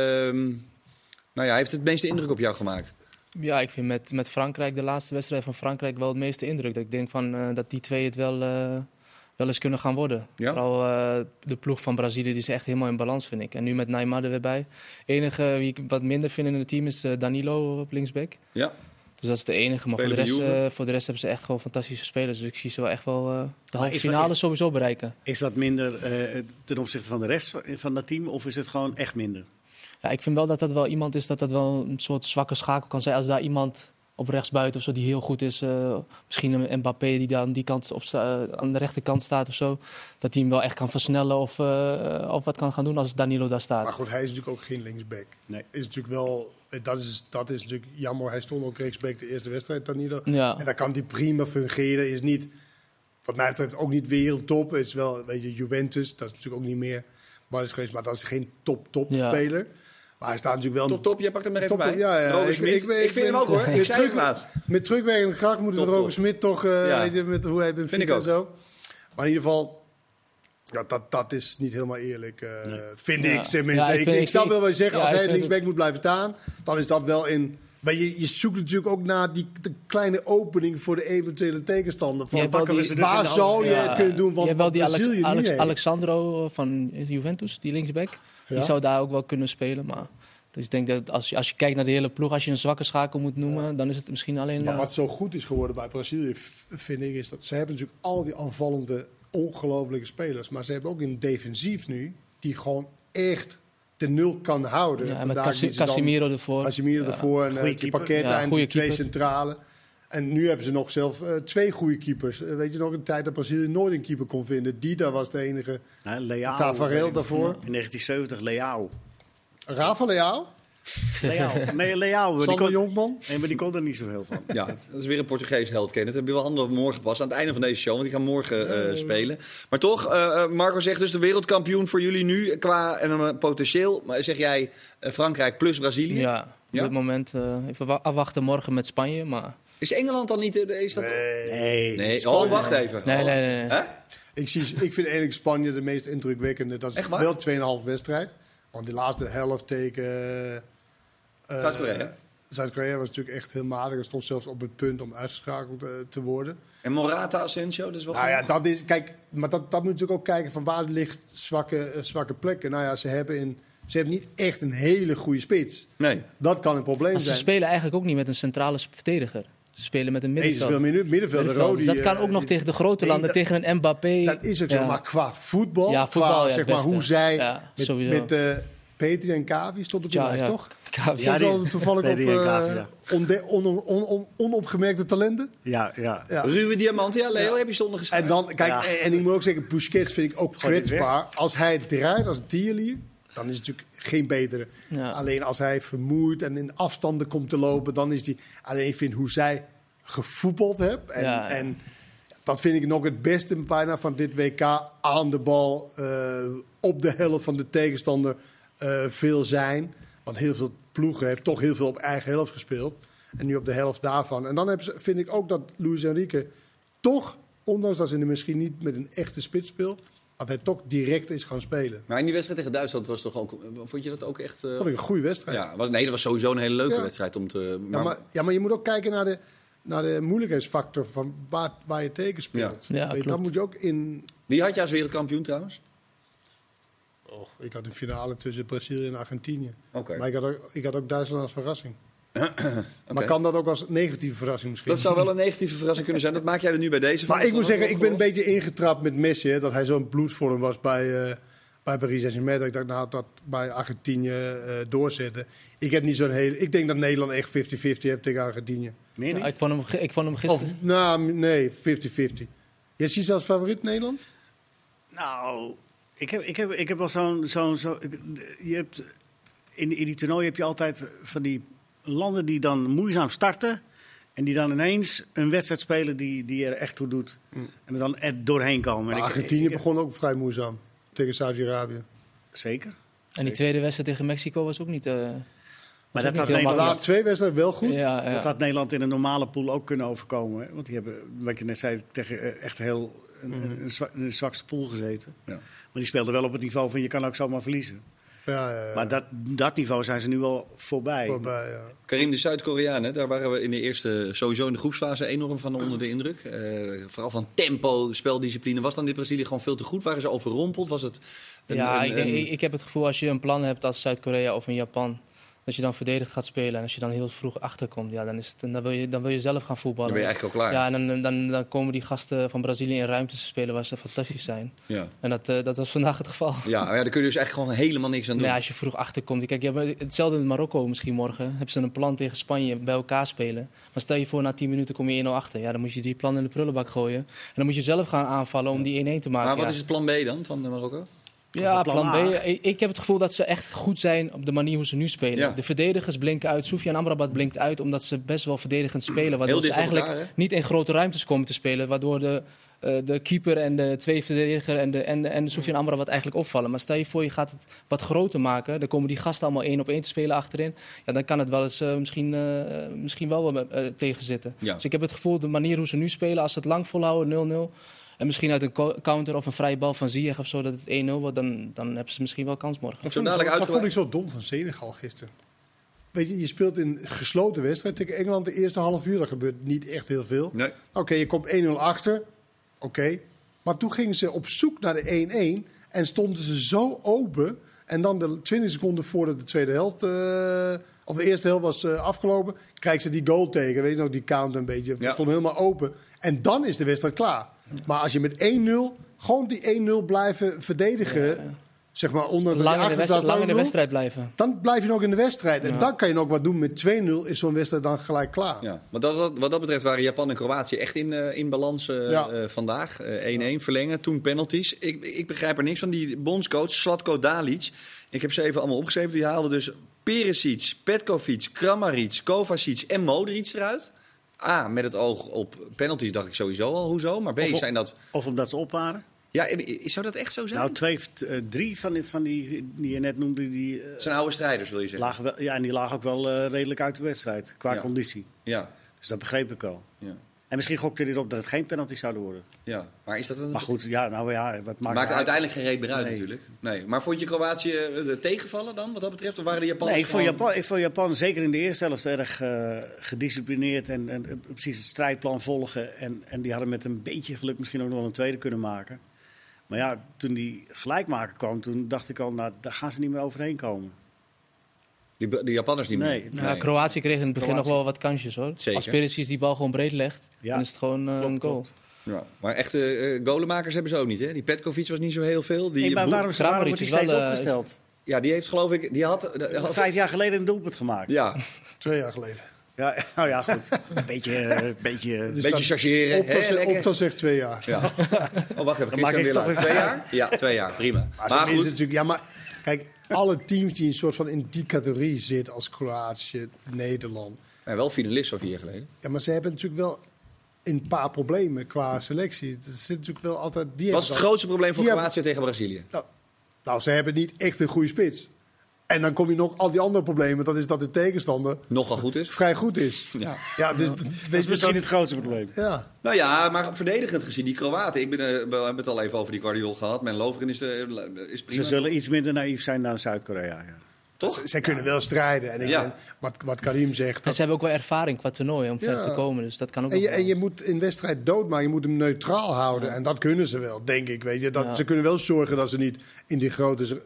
heeft het meeste indruk op jou gemaakt? Ja, ik vind met Frankrijk, de laatste wedstrijd van Frankrijk, wel het meeste indruk. Dat ik denk dat die twee het wel eens kunnen gaan worden. Ja? Vooral de ploeg van Brazilië, die is echt helemaal in balans, vind ik. En nu met Neymar er weer bij. De enige wie ik wat minder vind in het team is Danilo op linksback. Ja. Dus dat is de enige. Maar voor de rest hebben ze echt gewoon fantastische spelers. Dus ik zie ze wel echt wel de halve finale sowieso bereiken. Is dat minder ten opzichte van de rest van dat team? Of is het gewoon echt minder? Ja, ik vind wel dat wel iemand is dat wel een soort zwakke schakel kan zijn. Als daar iemand op rechtsbuiten of zo die heel goed is, misschien een Mbappé die daar aan die kant aan de rechterkant staat of zo, dat hij hem wel echt kan versnellen of wat kan gaan doen als Danilo daar staat. Maar goed, hij is natuurlijk ook geen linksback. Nee. Is natuurlijk wel, dat is natuurlijk jammer. Hij stond ook rechtsback de eerste wedstrijd, Danilo. Ja. En daar kan hij prima fungeren. Is niet, wat mij betreft, ook niet wereldtop. Is wel een beetje Juventus, dat is natuurlijk ook niet meer. Maar dat is geen top speler. Maar hij staat natuurlijk wel... Top, jij pakt hem er even bij. Ja. Roger Smit. Ik vind hem ook, hoor. Met terugwerkende kracht moeten we Roger Smit toch... weet je, met hoe hij bent fit en zo. Maar in ieder geval... Ja, dat is niet helemaal eerlijk, vind ik. Tenminste, ik snap wel wat je zegt. Als hij linksback moet blijven staan, dan is dat wel in... Maar je zoekt natuurlijk ook naar de kleine opening voor de eventuele tegenstander. Waar zou je het kunnen doen? Want wel die Alexandro van Juventus, die linksback. Die zou daar ook wel kunnen spelen. Maar dus ik denk dat als je kijkt naar de hele ploeg, als je een zwakke schakel moet noemen, dan is het misschien alleen... Maar wat zo goed is geworden bij Brazilië, vind ik, is dat ze hebben natuurlijk al die aanvallende, ongelofelijke spelers. Maar ze hebben ook een defensief nu, die gewoon echt de nul kan houden. Ja, met Casemiro ervoor. Casemiro ervoor en die Paqueta en die twee centrale. En nu hebben ze nog zelf 2 goede keepers. Weet je nog, een tijd dat Brazilië nooit een keeper kon vinden. Dida was de enige. Leao, Tafarel daarvoor. In 1970 Leao. Rafa Leao? Leao. Sander Jonkman? Nee, maar die kon er niet zoveel van. Ja, dat is weer een Portugees held, Ken. Dat hebben we wel anderen morgen pas. Aan het einde van deze show, want die gaan morgen spelen. Maar toch, Marco zegt dus de wereldkampioen voor jullie nu qua potentieel. Maar zeg jij Frankrijk plus Brazilië? Ja, op dit moment even afwachten morgen met Spanje, maar... Is Engeland dan niet... Is dat... Nee. Oh, wacht even. Nee. Ik vind eigenlijk Spanje de meest indrukwekkende. Dat is wel 2,5 wedstrijd. Want die laatste helft tegen... Zuid-Korea was natuurlijk echt heel matig. Het stond zelfs op het punt om uitgeschakeld te worden. En Morata, Asensio, dus wat? Nou ja, dat is... Kijk, maar dat moet je natuurlijk ook kijken van waar ligt zwakke plekken. Nou ja, ze hebben niet echt een hele goede spits. Nee. Dat kan een probleem zijn. Ze spelen eigenlijk ook niet met een centrale verdediger. Ze spelen met een middenveld. Nee, ze spelen middenveld. Dus dat kan ook nog tegen de grote landen, tegen een Mbappé. Dat is ook zo, maar qua voetbal, qua, zeg maar, hoe zij met Petri en Kavi stond op de lijst, toch? Stond wel toevallig op onopgemerkte talenten. Ja. Ruwe diamanten, Leo, heb je zonder geschreven. En dan, kijk, en ik moet ook zeggen, Busquets vind ik ook kwetsbaar. Als hij draait als een tierlier, dan is het natuurlijk geen betere. Ja. Alleen als hij vermoeid en in afstanden komt te lopen, dan is hij... Alleen ik vind hoe zij gevoetbald hebben. En dat vind ik nog het beste bijna van dit WK. Aan de bal, op de helft van de tegenstander veel zijn. Want heel veel ploegen hebben toch heel veel op eigen helft gespeeld. En nu op de helft daarvan. En dan vind ik ook dat Luis Enrique toch, ondanks dat ze er misschien niet met een echte spits speelt, dat hij toch direct is gaan spelen. Maar in die wedstrijd tegen Duitsland was toch ook... Vond je dat ook echt... Vond ik een goede wedstrijd. Ja, dat was sowieso een hele leuke wedstrijd om te... Maar je moet ook kijken naar de moeilijkheidsfactor van waar je tegen speelt. Ja, dat moet je ook in... Wie had je als wereldkampioen trouwens? Ik had een finale tussen Brazilië en Argentinië. Okay. Maar ik had ook Duitsland als verrassing. Maar kan dat ook als negatieve verrassing misschien? Dat zou wel een negatieve verrassing kunnen zijn. Dat maak jij er nu bij deze. Maar ik moet zeggen, ik ben een beetje ingetrapt met Messi. Hè, dat hij zo'n bloedvorm was bij Paris Saint-Germain. Dat ik dacht, dat bij Argentinië doorzetten. Ik denk dat Nederland echt 50-50 heeft tegen Argentinië. Ja, ik vond hem gisteren... Nee, 50-50. Jij ziet ze als favoriet Nederland? Nou, ik heb wel zo'n je hebt in die toernooi heb je altijd van die landen die dan moeizaam starten en die dan ineens een wedstrijd spelen die er echt toe doet. En er dan er doorheen komen. Maar Argentinië begon ook vrij moeizaam tegen Saudi-Arabië. Zeker. En die tweede wedstrijd tegen Mexico was ook niet... Maar dat had Nederland... De laatste 2 wedstrijden wel goed. Ja. Dat had Nederland in een normale pool ook kunnen overkomen. Hè? Want die hebben, wat je net zei, tegen echt heel een zwakste pool gezeten. Ja. Maar die speelden wel op het niveau van je kan ook zomaar verliezen. Ja. Maar dat niveau zijn ze nu wel voorbij. Karim, de Zuid-Koreanen, daar waren we in de eerste, sowieso in de groepsfase enorm van onder de indruk. Vooral van tempo, speldiscipline. Was dan dit Brazilië gewoon veel te goed? Waren ze overrompeld? Was het ik heb het gevoel als je een plan hebt als Zuid-Korea of in Japan, dat je dan verdedigd gaat spelen en als je dan heel vroeg achterkomt, dan wil je zelf gaan voetballen. Dan ben je eigenlijk al klaar. Ja, en dan komen die gasten van Brazilië in ruimtes te spelen waar ze fantastisch zijn. Ja. En dat was vandaag het geval. Ja, daar kun je dus echt gewoon helemaal niks aan doen. Ja, als je vroeg achterkomt. Kijk, hetzelfde in Marokko misschien morgen. Hebben ze een plan tegen Spanje bij elkaar spelen. Maar stel je voor, na 10 minuten kom je 1-0 achter. Ja, dan moet je die plan in de prullenbak gooien. En dan moet je zelf gaan aanvallen om die 1-1 te maken. Maar wat is het plan B dan van Marokko? Ja, plan B. Ik heb het gevoel dat ze echt goed zijn op de manier hoe ze nu spelen. Ja. De verdedigers blinken uit. Soufiane Amrabat blinkt uit omdat ze best wel verdedigend spelen. Waardoor ze eigenlijk niet in grote ruimtes komen te spelen. Waardoor de keeper en de twee verdediger en Soufiane Amrabat eigenlijk opvallen. Maar stel je voor, je gaat het wat groter maken. Dan komen die gasten allemaal 1-op-1 te spelen achterin. Ja, dan kan het wel eens misschien wel tegenzitten. Ja. Dus ik heb het gevoel, de manier hoe ze nu spelen, als ze het lang volhouden, 0-0... En misschien uit een counter of een vrije bal van Ziyech of zo dat het 1-0 wordt, dan hebben ze misschien wel kans morgen. Dat vond ik zo dom van Senegal gisteren. Weet je speelt in een gesloten wedstrijd tegen Engeland de eerste half uur. Dat gebeurt niet echt heel veel. Nee. Oké, je komt 1-0 achter. Oké. Maar toen gingen ze op zoek naar de 1-1 en stonden ze zo open. En dan de 20 seconden voordat de tweede helft, of de eerste helft was afgelopen, krijgen ze die goal tegen. Weet je nog, die count een beetje. Ze stonden helemaal open. En dan is de wedstrijd klaar. Maar als je met 1-0 gewoon die 1-0 blijven verdedigen, zeg maar, onder lang in de wedstrijd blijven. Dan blijf je nog in de wedstrijd. En dan kan je nog wat doen. Met 2-0 is zo'n wedstrijd dan gelijk klaar. Ja. Maar wat dat betreft waren Japan en Kroatië echt in balans vandaag. 1-1 verlengen, toen penalties. Ik begrijp er niks van. Die bondscoach, Zlatko Dalic, ik heb ze even allemaal opgeschreven. Die haalde dus Perisic, Petkovic, Kramaric, Kovacic en Modric eruit. A, met het oog op penalties dacht ik sowieso al, hoezo? Maar B, zijn dat... Of omdat ze op waren? Ja, zou dat echt zo zijn? Nou, 3 van die je net noemde... die zijn oude strijders, wil je zeggen? En die lagen ook wel redelijk uit de wedstrijd, qua conditie. Ja. Dus dat begreep ik al. Ja. En misschien gokte hij erop dat het geen penalty zouden worden. Ja, maar is dat een... Maar goed, wat maakt er uiteindelijk geen reet meer uit natuurlijk. Nee. Maar vond je Kroatië tegenvallen dan, wat dat betreft? Of waren de Japanners ik vond Japan zeker in de eerste helft erg gedisciplineerd en precies het strijdplan volgen. En die hadden met een beetje geluk misschien ook nog wel een tweede kunnen maken. Maar ja, toen die gelijkmaker kwam, toen dacht ik al, nou, daar gaan ze niet meer overheen komen. De Japanners niet meer? Nee. Kroatië kreeg in het begin nog wel wat kansjes hoor. Zeker. Als Perisic die bal gewoon breed legt, dan is het gewoon een goal. Ja. Maar echte golenmakers hebben ze ook niet, hè? Die Petkovic was niet zo heel veel. Maar waarom wordt hij steeds opgesteld? Ja, die heeft geloof ik... Die had 5 jaar geleden een doelpunt gemaakt. Ja. 2 jaar geleden. Ja, nou ja, goed. Een beetje chargeren. Opta zegt 2 jaar. Ja. Oh, wacht even. Christian weer live. 2 jaar? Ja, 2 jaar. Prima. Maar goed. Natuurlijk, ja, maar kijk, alle teams die een soort van in die categorie zitten als Kroatië, Nederland. Ja, wel finalist van 4 jaar geleden. Ja, maar ze hebben natuurlijk wel een paar problemen qua selectie. Dat zit natuurlijk wel altijd... Wat is het grootste probleem voor Kroatië tegen Brazilië? Nou, ze hebben niet echt een goede spits. En dan kom je nog al die andere problemen. Dat is dat de tegenstander nogal goed is. Vrij goed is. Ja, dus dat is misschien het grootste probleem. Ja. Nou ja, maar verdedigend gezien, die Kroaten. We hebben het al even over die Guardiol gehad. Mijn Loveren is prima. Ze zullen iets minder naïef zijn dan Zuid-Korea. Ja. Toch? Zij kunnen wel strijden. En ik ben, wat Karim zegt... En ze hebben ook wel ervaring qua toernooi om ver te komen. Dus dat kan ook en je moet een wedstrijd doodmaken. Je moet hem neutraal houden. En dat kunnen ze wel, denk ik. Weet je. Ze kunnen wel zorgen dat ze niet in die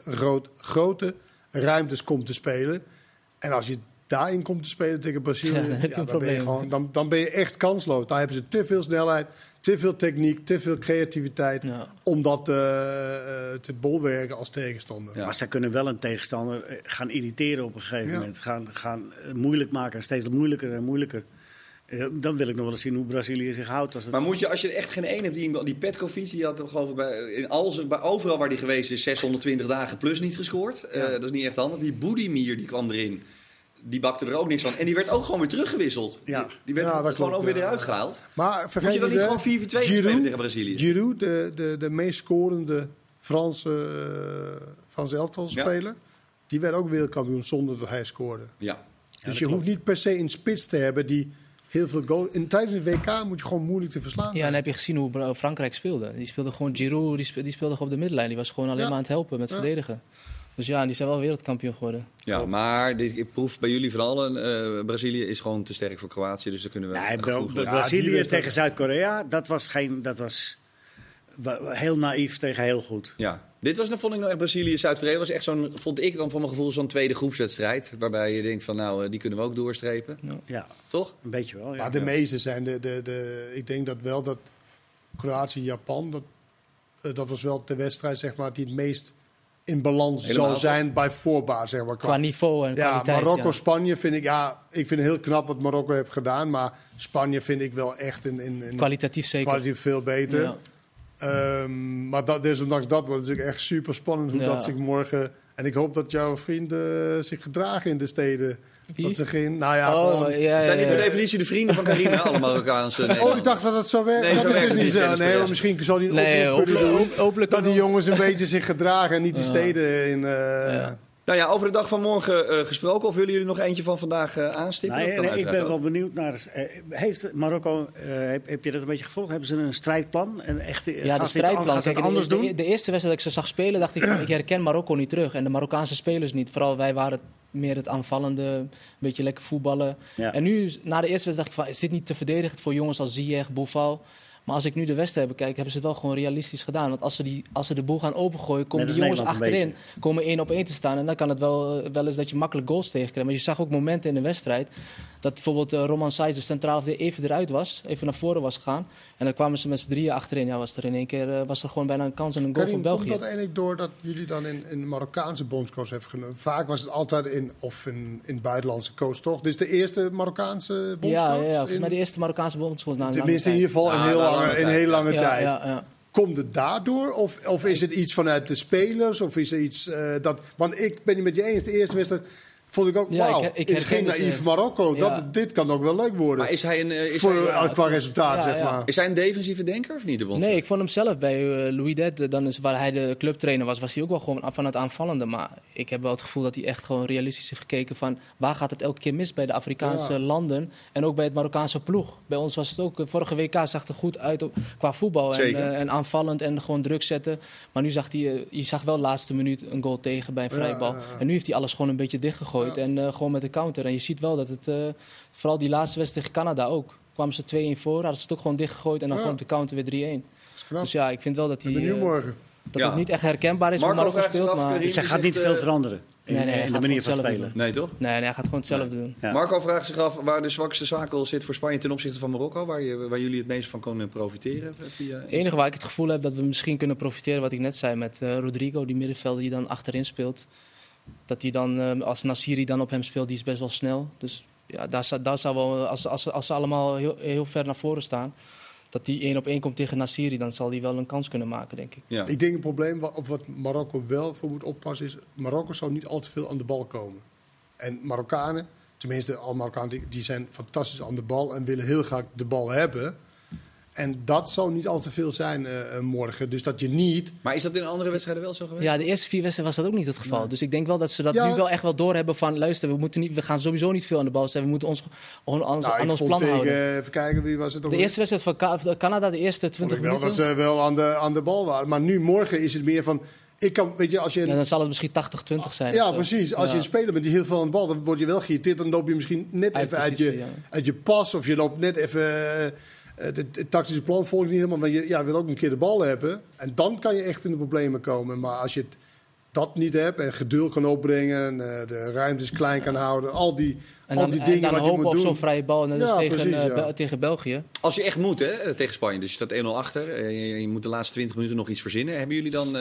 grote ruimtes komt te spelen. En als je daarin komt te spelen tegen Brazilië, dan ben je echt kansloos. Daar hebben ze te veel snelheid, te veel techniek, te veel creativiteit om dat te bolwerken als tegenstander. Ja. Maar ze kunnen wel een tegenstander gaan irriteren op een gegeven moment. Gaan moeilijk maken, steeds moeilijker en moeilijker. Dan wil ik nog wel eens zien hoe Brazilië zich houdt. Maar als je echt geen één hebt, die Petkovic, die had geloof ik overal waar hij geweest is 620 dagen plus niet gescoord. Dat is niet echt handig. Die Boudimir, die kwam erin. Die bakte er ook niks van. En die werd ook gewoon weer teruggewisseld. Ja. Die werd gewoon ook weer eruit gehaald. Maar moet je dan niet gewoon 4-4-2 spelen tegen Brazilië? Giroud, de meest scorende Franse elftalspeler, die werd ook wereldkampioen zonder dat hij scoorde. Ja. Dus je hoeft niet per se een spits te hebben die heel veel goals... Tijdens een WK moet je gewoon moeilijk te verslaan. Ja, en heb je gezien hoe Frankrijk speelde. Die speelde gewoon Giroud, die speelde gewoon op de middenlijn. Die was gewoon alleen maar aan het helpen met verdedigen. Dus ja, die zijn wel wereldkampioen geworden. Ja, maar ik proef bij jullie van allen, Brazilië is gewoon te sterk voor Kroatië. Dus daar kunnen we... Brazilië tegen Zuid-Korea, dat was heel naïef tegen heel goed. Ja, vond ik nou echt Brazilië, Zuid-Korea was echt vond ik dan voor mijn gevoel zo'n tweede groepswedstrijd. Waarbij je denkt van die kunnen we ook doorstrepen. Ja. Toch? Een beetje wel, ja. Maar de meeste zijn ik denk dat wel dat Kroatië, Japan, dat was wel de wedstrijd zeg maar die het meest in balans zal zijn bij voorbaat, zeg maar. Qua niveau en kwaliteit. Marokko, Spanje vind ik... Ja, ik vind het heel knap wat Marokko heeft gedaan. Maar Spanje vind ik wel echt kwalitatief zeker. Kwalitatief veel beter. Ja. Maar desondanks dat wordt het natuurlijk echt super spannend hoe dat zich morgen... En ik hoop dat jouw vrienden zich gedragen in de steden. Wie? Dat ze geen... Zijn niet per definitie de vrienden van Karim, alle Marokkaanse Nederlanders? Ik dacht dat het zo werkt. Nee, dat is dus niet zo. Nee, maar misschien zal hij een oproep doen. Dat die jongens een beetje zich gedragen en niet die steden in... Nou ja, over de dag van morgen gesproken. Of willen jullie nog eentje van vandaag aanstippen? Nee, ik ben wel benieuwd naar... Heeft Marokko, heb je dat een beetje gevolgd? Hebben ze een strijdplan? De strijdplan. Kijk, anders doen? De eerste wedstrijd dat ik ze zag spelen, dacht ik herken Marokko niet terug. En de Marokkaanse spelers niet. Vooral wij waren meer het aanvallende, een beetje lekker voetballen. Ja. En nu, na de eerste wedstrijd, dacht ik van, is dit niet te verdedigend voor jongens als Ziyech, Boufal? Maar als ik nu de wedstrijd bekijk, hebben ze het wel gewoon realistisch gedaan. Want als ze de boel gaan opengooien, komen die jongens achterin, komen 1 op 1 te staan. En dan kan het wel eens dat je makkelijk goals tegenkrijgt. Maar je zag ook momenten in de wedstrijd dat bijvoorbeeld Roman Saiz, de centraal even eruit was, even naar voren was gegaan. En dan kwamen ze met z'n drieën achterin. Ja, was er in één keer was er gewoon bijna een kans en een goal voor België. Komt dat eigenlijk door dat jullie dan in Marokkaanse bondscoach hebben genomen? Vaak was het altijd in buitenlandse coach, toch? Dus de eerste Marokkaanse bondscoach? Ja, volgens mij de eerste Marokkaanse bondscoach. Tenminste in ieder geval een heel lange tijd. Ja. Komt het daardoor? Of is het iets vanuit de spelers? Of is er iets dat... Want ik ben het met je eens, de eerste wedstrijd... Vond ik ook, het is geen naïef Marokko. Dit kan ook wel leuk worden. Maar is hij qua resultaat, zeg maar. Is hij een defensieve denker of niet, de bondscoach? Nee, ik vond hem zelf bij Louis Det, waar hij de clubtrainer was hij ook wel gewoon van het aanvallende. Maar ik heb wel het gevoel dat hij echt gewoon realistisch heeft gekeken van waar gaat het elke keer mis bij de Afrikaanse landen en ook bij het Marokkaanse ploeg. Bij ons was het ook, vorige WK zag het er goed uit qua voetbal en aanvallend en gewoon druk zetten. Maar nu zag je zag wel de laatste minuut een goal tegen bij een vrijbal. En nu heeft hij alles gewoon een beetje dichtgegooid. En gewoon met de counter. En je ziet wel dat het, vooral die laatste wedstrijd tegen Canada ook, kwamen ze 2-1 voor, hadden ze het ook gewoon dichtgegooid en dan kwam de counter weer 3-1. Dus ja, ik vind wel dat hij dat het niet echt herkenbaar is hoe Marokko speelt. Maar dus hij gaat niet veel veranderen in de manier van spelen. Doen. Nee, toch? Nee, hij gaat gewoon hetzelfde doen. Ja. Marco vraagt zich af waar de zwakste schakel zit voor Spanje ten opzichte van Marokko. Waar jullie het meest van kunnen profiteren. Het enige waar ik het gevoel heb dat we misschien kunnen profiteren, wat ik net zei met Rodrigo, die middenvelder die dan achterin speelt. Dat hij dan, als Nassiri dan op hem speelt, die is best wel snel. Dus ja, daar zou wel, als ze allemaal heel ver naar voren staan, dat die 1-op-1 komt tegen Nassiri, dan zal hij wel een kans kunnen maken, denk ik. Ja. Ik denk een probleem, of wat Marokko wel voor moet oppassen, is Marokko zal niet al te veel aan de bal komen. En Marokkanen, tenminste alle Marokkanen, die zijn fantastisch aan de bal en willen heel graag de bal hebben. En dat zal niet al te veel zijn morgen. Dus dat je niet... Maar is dat in andere wedstrijden wel zo geweest? Ja, de eerste 4 wedstrijden was dat ook niet het geval. Nee. Dus ik denk wel dat ze dat nu wel echt wel doorhebben van... Luister, we gaan sowieso niet veel aan de bal zetten. We moeten ons aan ons plan houden. Even kijken, wie was het? De eerste wedstrijd van Canada, de eerste 20 minuten. Dat ze wel aan de bal waren. Maar nu, morgen is het meer van... als je dan zal het misschien 80-20 zijn. Ja, precies. Als je een speler bent die heel veel aan de bal... dan word je wel geïrriteerd. Dan loop je misschien net even uit je pas. Of je loopt net even... Het tactische plan volg je niet helemaal, maar je wil ook een keer de bal hebben. En dan kan je echt in de problemen komen. Maar als je dat niet hebt en geduld kan opbrengen, de ruimtes klein kan houden, al die dingen wat je moet doen. En dan hopen op zo'n vrije bal en dat is tegen België. Als je echt moet, hè, tegen Spanje, dus je staat 1-0 achter. Je moet de laatste 20 minuten nog iets verzinnen. Hebben jullie dan...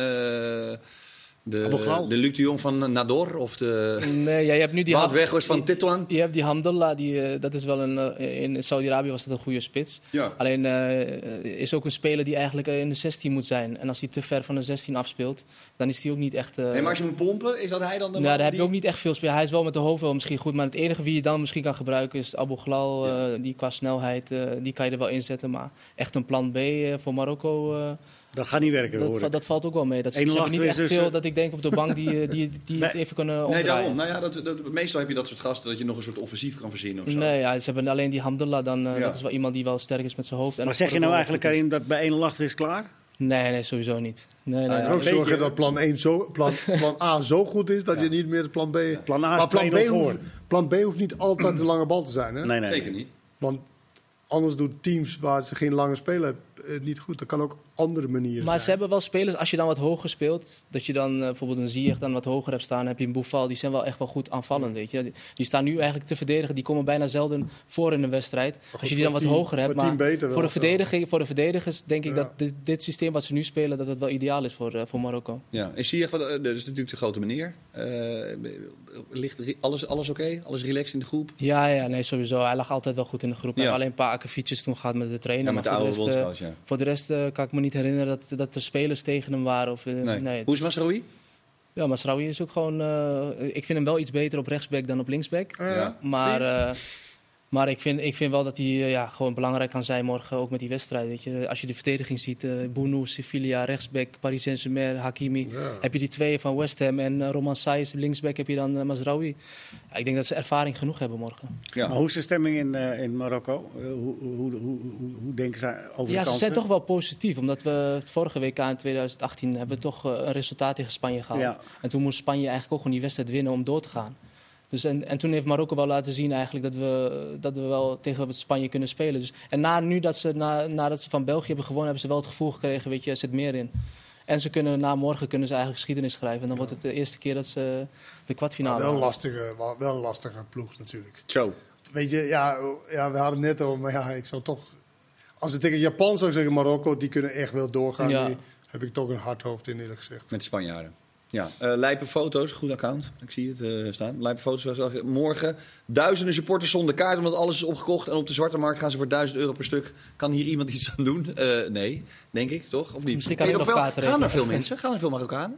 De Luc de Jong van Nador of de... Nee, je hebt nu die Weghorst van Titouan. Je hebt die Hamdallah, dat is wel in Saudi-Arabië was dat een goede spits. Ja. Alleen is ook een speler die eigenlijk in de 16 moet zijn. En als hij te ver van de 16 afspeelt, dan is hij ook niet echt... Nee, maar als je moet pompen, is dat hij dan de man? Ja, daar heb je ook niet echt veel spelen. Hij is wel met de hoofd wel misschien goed, maar het enige wie je dan misschien kan gebruiken is Abu Ghlal. Die qua snelheid, die kan je er wel inzetten. Maar echt een plan B voor Marokko... dat gaat niet werken. Dat valt ook wel mee. Ze hebben niet echt veel dat ik denk op de bank die het even kunnen omdraaien. Nee, daarom. Nou ja, meestal heb je dat soort gasten dat je nog een soort offensief kan verzinnen of zo. Nee, ze hebben alleen die Hamdallah dan. Dat is wel iemand die wel sterk is met zijn hoofd. Maar zeg je nou eigenlijk, Karim, dat bij 1-0 achter is klaar? Nee, sowieso niet. Nee. Ook zorgen dat plan A zo goed is dat je niet meer plan B... Ja. Plan A is plan B hoeft niet altijd de lange bal te zijn. Hè? Nee. Zeker niet. Want anders doen teams waar ze geen lange speler niet goed. Dat kan ook andere manieren zijn. Maar ze hebben wel spelers, als je dan wat hoger speelt, dat je dan bijvoorbeeld een Ziyech dan wat hoger hebt staan, heb je een Boufal, die zijn wel echt wel goed aanvallend. Weet je. Die staan nu eigenlijk te verdedigen, die komen bijna zelden voor in een wedstrijd. Als je die dan wat hoger hebt, maar voor de verdedigers denk ik dat dit systeem wat ze nu spelen, dat het wel ideaal is voor Marokko. Ja, en Ziyech, dat is natuurlijk de grote meneer. Ligt alles oké? Alles relaxed in de groep? Ja, nee, sowieso. Hij lag altijd wel goed in de groep. Hij heeft alleen een paar akkefietjes toen gehad met de trainer. Ja, met de oude bondscoach, ja. Voor de rest kan ik me niet herinneren dat er spelers tegen hem waren. Nee. Hoe is Masraoui? Ja, Masraoui is ook gewoon... ik vind hem wel iets beter op rechtsback dan op linksback. Maar ik vind wel dat hij gewoon belangrijk kan zijn morgen, ook met die wedstrijd. Weet je. Als je de verdediging ziet, Bounou, Sevilla, rechtsback, Paris Saint-Germain, Hakimi. Ja. Heb je die twee van West Ham en Roman Saïs, linksback, heb je dan Masraoui. Ik denk dat ze ervaring genoeg hebben morgen. Ja. Maar hoe is de stemming in Marokko? Hoe denken ze over de kansen? Ze zijn toch wel positief, omdat we het vorige WK in 2018 hebben we toch een resultaat tegen Spanje gehaald. Ja. En toen moest Spanje eigenlijk ook gewoon die wedstrijd winnen om door te gaan. Dus en toen heeft Marokko wel laten zien eigenlijk dat we wel tegen Spanje kunnen spelen. Dus, en nadat ze van België hebben gewonnen, hebben ze wel het gevoel gekregen, weet je, er zit meer in. En morgen kunnen ze eigenlijk geschiedenis schrijven. En dan wordt het de eerste keer dat ze de kwartfinale halen. Wel een lastige ploeg natuurlijk. Zo. Weet je, we hadden het net over, maar ik zal toch... Als ik tegen Japan zou zeggen, Marokko, die kunnen echt wel doorgaan. Ja. Nu heb ik toch een hard hoofd in, eerlijk gezegd. Met de Spanjaarden. Ja, Lijpen Foto's, goed account. Ik zie het staan. Lijpen Foto's, morgen duizenden supporters zonder kaart, omdat alles is opgekocht. En op de zwarte markt gaan ze voor €1000 per stuk. Kan hier iemand iets aan doen? Nee, denk ik, toch? Of niet? Misschien kan nog kaarten. Gaan er veel mensen? Gaan er veel Marokkanen?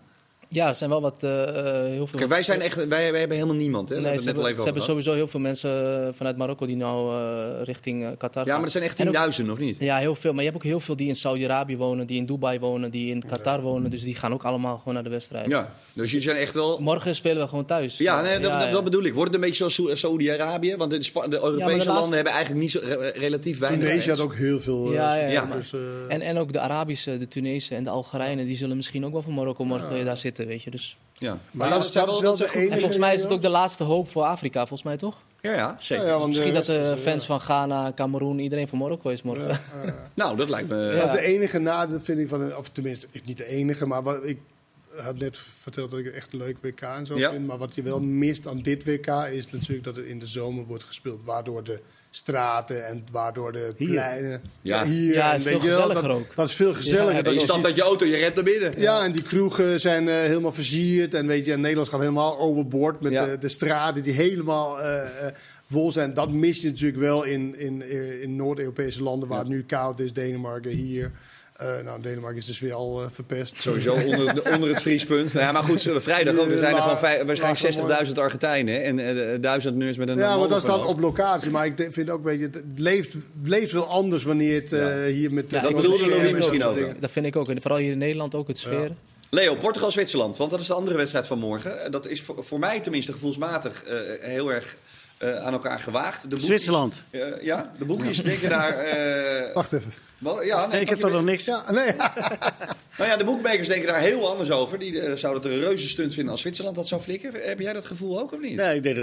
Ja, er zijn wel wat heel veel. Kijk, wij hebben helemaal niemand. Hè? Nee, ze hebben sowieso heel veel mensen vanuit Marokko die nou richting Qatar gaan. Ja, maar er zijn echt 10.000 nog niet. Ja, heel veel. Maar je hebt ook heel veel die in Saudi-Arabië wonen, die in Dubai wonen, die in Qatar wonen. Dus die gaan ook allemaal gewoon naar de wedstrijd. Ja, dus jullie zijn echt wel... Morgen spelen we gewoon thuis. Ja, nee, dat bedoel ik. Wordt het een beetje zoals Saudi-Arabië? Want de Europese landen hebben eigenlijk niet zo relatief weinig. Tunesië had ook heel veel. Dus, en ook de Arabische, de Tunesen en de Algerijnen, die zullen misschien ook wel van Marokko morgen daar zitten, weet je. Dus. Ja. Maar dat is wel de enige. En volgens mij is het ook de laatste hoop voor Afrika, volgens mij toch? Ja, zeker. Ja, dus misschien dat de fans van Ghana, Cameroen, iedereen van Marokko is morgen. Nou, dat lijkt me... Dat is de enige nadeel, vind ik, van... Of tenminste, niet de enige, maar wat ik had net verteld dat ik het echt een leuk WK en zo vind. Maar wat je wel mist aan dit WK is natuurlijk dat het in de zomer wordt gespeeld. Waardoor de straten en waardoor de pleinen... Hier. Ja, is veel gezelliger ook. Dat is veel gezelliger. Ja, je stapt uit je auto, je rent naar binnen. Ja, en die kroegen zijn helemaal versierd. En weet je, Nederland gaat helemaal overboord met de straten die helemaal vol zijn. Dat mis je natuurlijk wel in Noord-Europese landen waar het nu koud is. Denemarken, hier... Denemarken is dus weer al verpest. Sowieso onder het vriespunt. Ja, maar goed, vrijdag ook. Er zijn er gewoon waarschijnlijk 60.000 Argentijnen. En 1000 nummers met een... Ja, maar dat is dan op locatie. Maar ik vind ook, weet je, het leeft wel anders wanneer het hier met... dat bedoelde Louis misschien ook. Dat vind ik ook. En vooral hier in Nederland ook, het sfeer. Ja. Leo, Portugal-Zwitserland. Want dat is de andere wedstrijd van morgen. Dat is voor mij tenminste gevoelsmatig heel erg... aan elkaar gewaagd. Zwitserland. De boekjes denken daar... Wacht even. Ik heb toch nog niks. Ja, nee. Nou ja, de boekmakers denken daar heel anders over. Die zouden het een reuze stunt vinden als Zwitserland dat zou flikken. Heb jij dat gevoel ook of niet? Nee, ik denk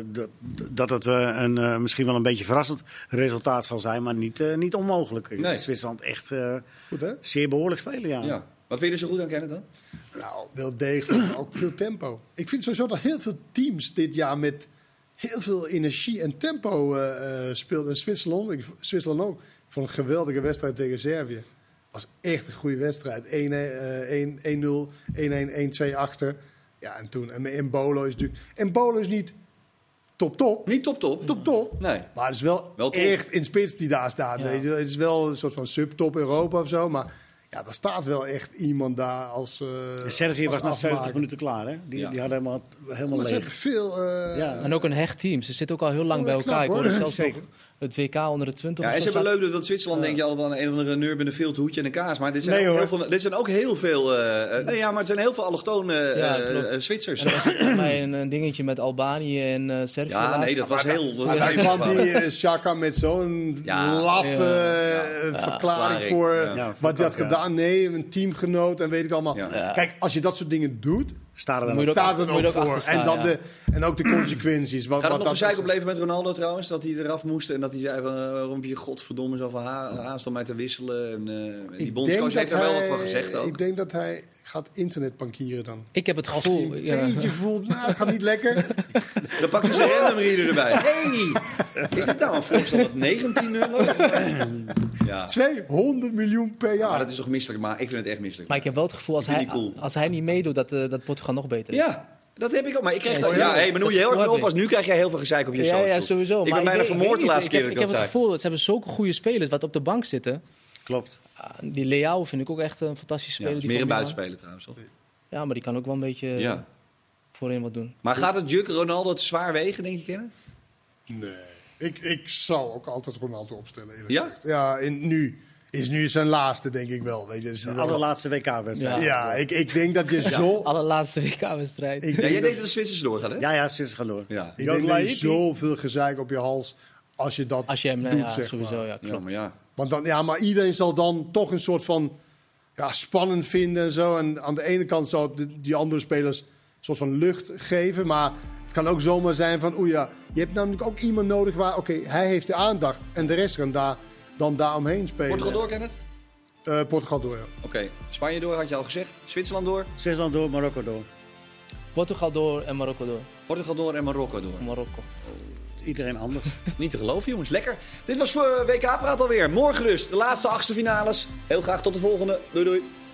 dat het misschien wel een beetje verrassend resultaat zal zijn, maar niet onmogelijk. Nee. Zwitserland echt goed, hè? zeer behoorlijk spelen, ja. Wat vind je er zo goed aan kennen dan? Nou, wel degelijk, maar ook veel tempo. Ik vind sowieso dat heel veel teams dit jaar met heel veel energie en tempo speelden. En Zwitserland ook. Voor een geweldige wedstrijd tegen Servië. Was echt een goede wedstrijd. 1-0, 1-1, 1-2 achter. Ja, en toen. En Embolo is natuurlijk... Embolo is niet top. Niet top. Nee. Maar het is wel echt in spits die daar staat. Ja. Weet je? Het is wel een soort van subtop Europa of zo. Maar ja, er staat wel echt iemand daar als Servië was na afmaker. 70 minuten klaar, hè? Die hadden helemaal leeg. Ze hebben veel... En ook een hecht team. Ze zitten ook al heel lang bij elkaar. Ik hoorde zelfs nog het WK onder de 20. Ja, en ze hebben leuk dat Zwitserland denk je altijd aan een of andere nurb in een field, hoedje en een kaas. Maar dit zijn ook heel veel... maar het zijn heel veel allochtone Zwitsers. En er was voor mij een dingetje met Albanië en Servië. Ja, nee, dat was heel... Van die Xhaka met zo'n laffe verklaring voor wat hij had gedaan. Nee, een teamgenoot en weet ik allemaal. Ja. Kijk, als je dat soort dingen doet... Staat er dan ook voor. En ook de consequenties. Gaat er nog een zeik opleveren met Ronaldo trouwens? Dat hij eraf moest en dat hij zei van... waarom je godverdomme zo van haast om mij te wisselen? En die bondscoach heeft er wel wat van gezegd ook. Ik denk dat hij gaat internetbankieren dan. Ik heb het gevoel... Als hij een beetje voelt, nou, het gaat niet lekker. Dan pak je zijn random reader erbij. Hey! Is dit nou een voorstel dat 19 Ja. 200 miljoen per jaar. Maar dat is toch misselijk, maar ik vind het echt misselijk. Maar ik heb wel het gevoel, als hij niet meedoet, dat Portugal nog beter is. Ja, dat heb ik ook. Maar ik kreeg maar noem je heel erg op als nu krijg je heel veel gezeik op je socials. Ja, sowieso. Ik ben bijna vermoord de laatste keer dat ik dat zei. Ik heb het gevoel dat ze hebben zulke goede spelers wat op de bank zitten. Klopt. Die Leao vind ik ook echt een fantastische speler. Meer een buitenspeler trouwens, toch? Ja, maar die kan ook wel een beetje voorin wat doen. Maar gaat het Juk Ronaldo te zwaar wegen, denk je, Kenneth? Nee. Ik zal ook altijd Ronaldo opstellen, eerlijk gezegd. Ja, nu zijn laatste, denk ik wel. Weet je, de allerlaatste WK-wedstrijd. Ja, ik denk dat je zo... Allerlaatste WK-wedstrijd. Jij denkt dat de Zwitsers doorgaan, hè? Ja, Zwitsers gaan door. Ja. Ik denk dat je zoveel gezeik op je hals als je dat doet, zeg sowieso, maar. Ja, klopt. Maar iedereen zal dan toch een soort van spannend vinden en zo. En aan de ene kant zal die andere spelers een soort van lucht geven, maar... Het kan ook zomaar zijn van, je hebt namelijk ook iemand nodig waar, hij heeft de aandacht en de rest kan dan daar omheen spelen. Portugal door, Kenneth? Portugal door, ja. Oké. Spanje door, had je al gezegd. Zwitserland door? Zwitserland door, Marokko door. Portugal door en Marokko door. Portugal door en Marokko door. Marokko. Iedereen anders. Niet te geloven, jongens. Lekker. Dit was voor WK Praat alweer. Morgen dus de laatste 8e finales. Heel graag tot de volgende. Doei doei.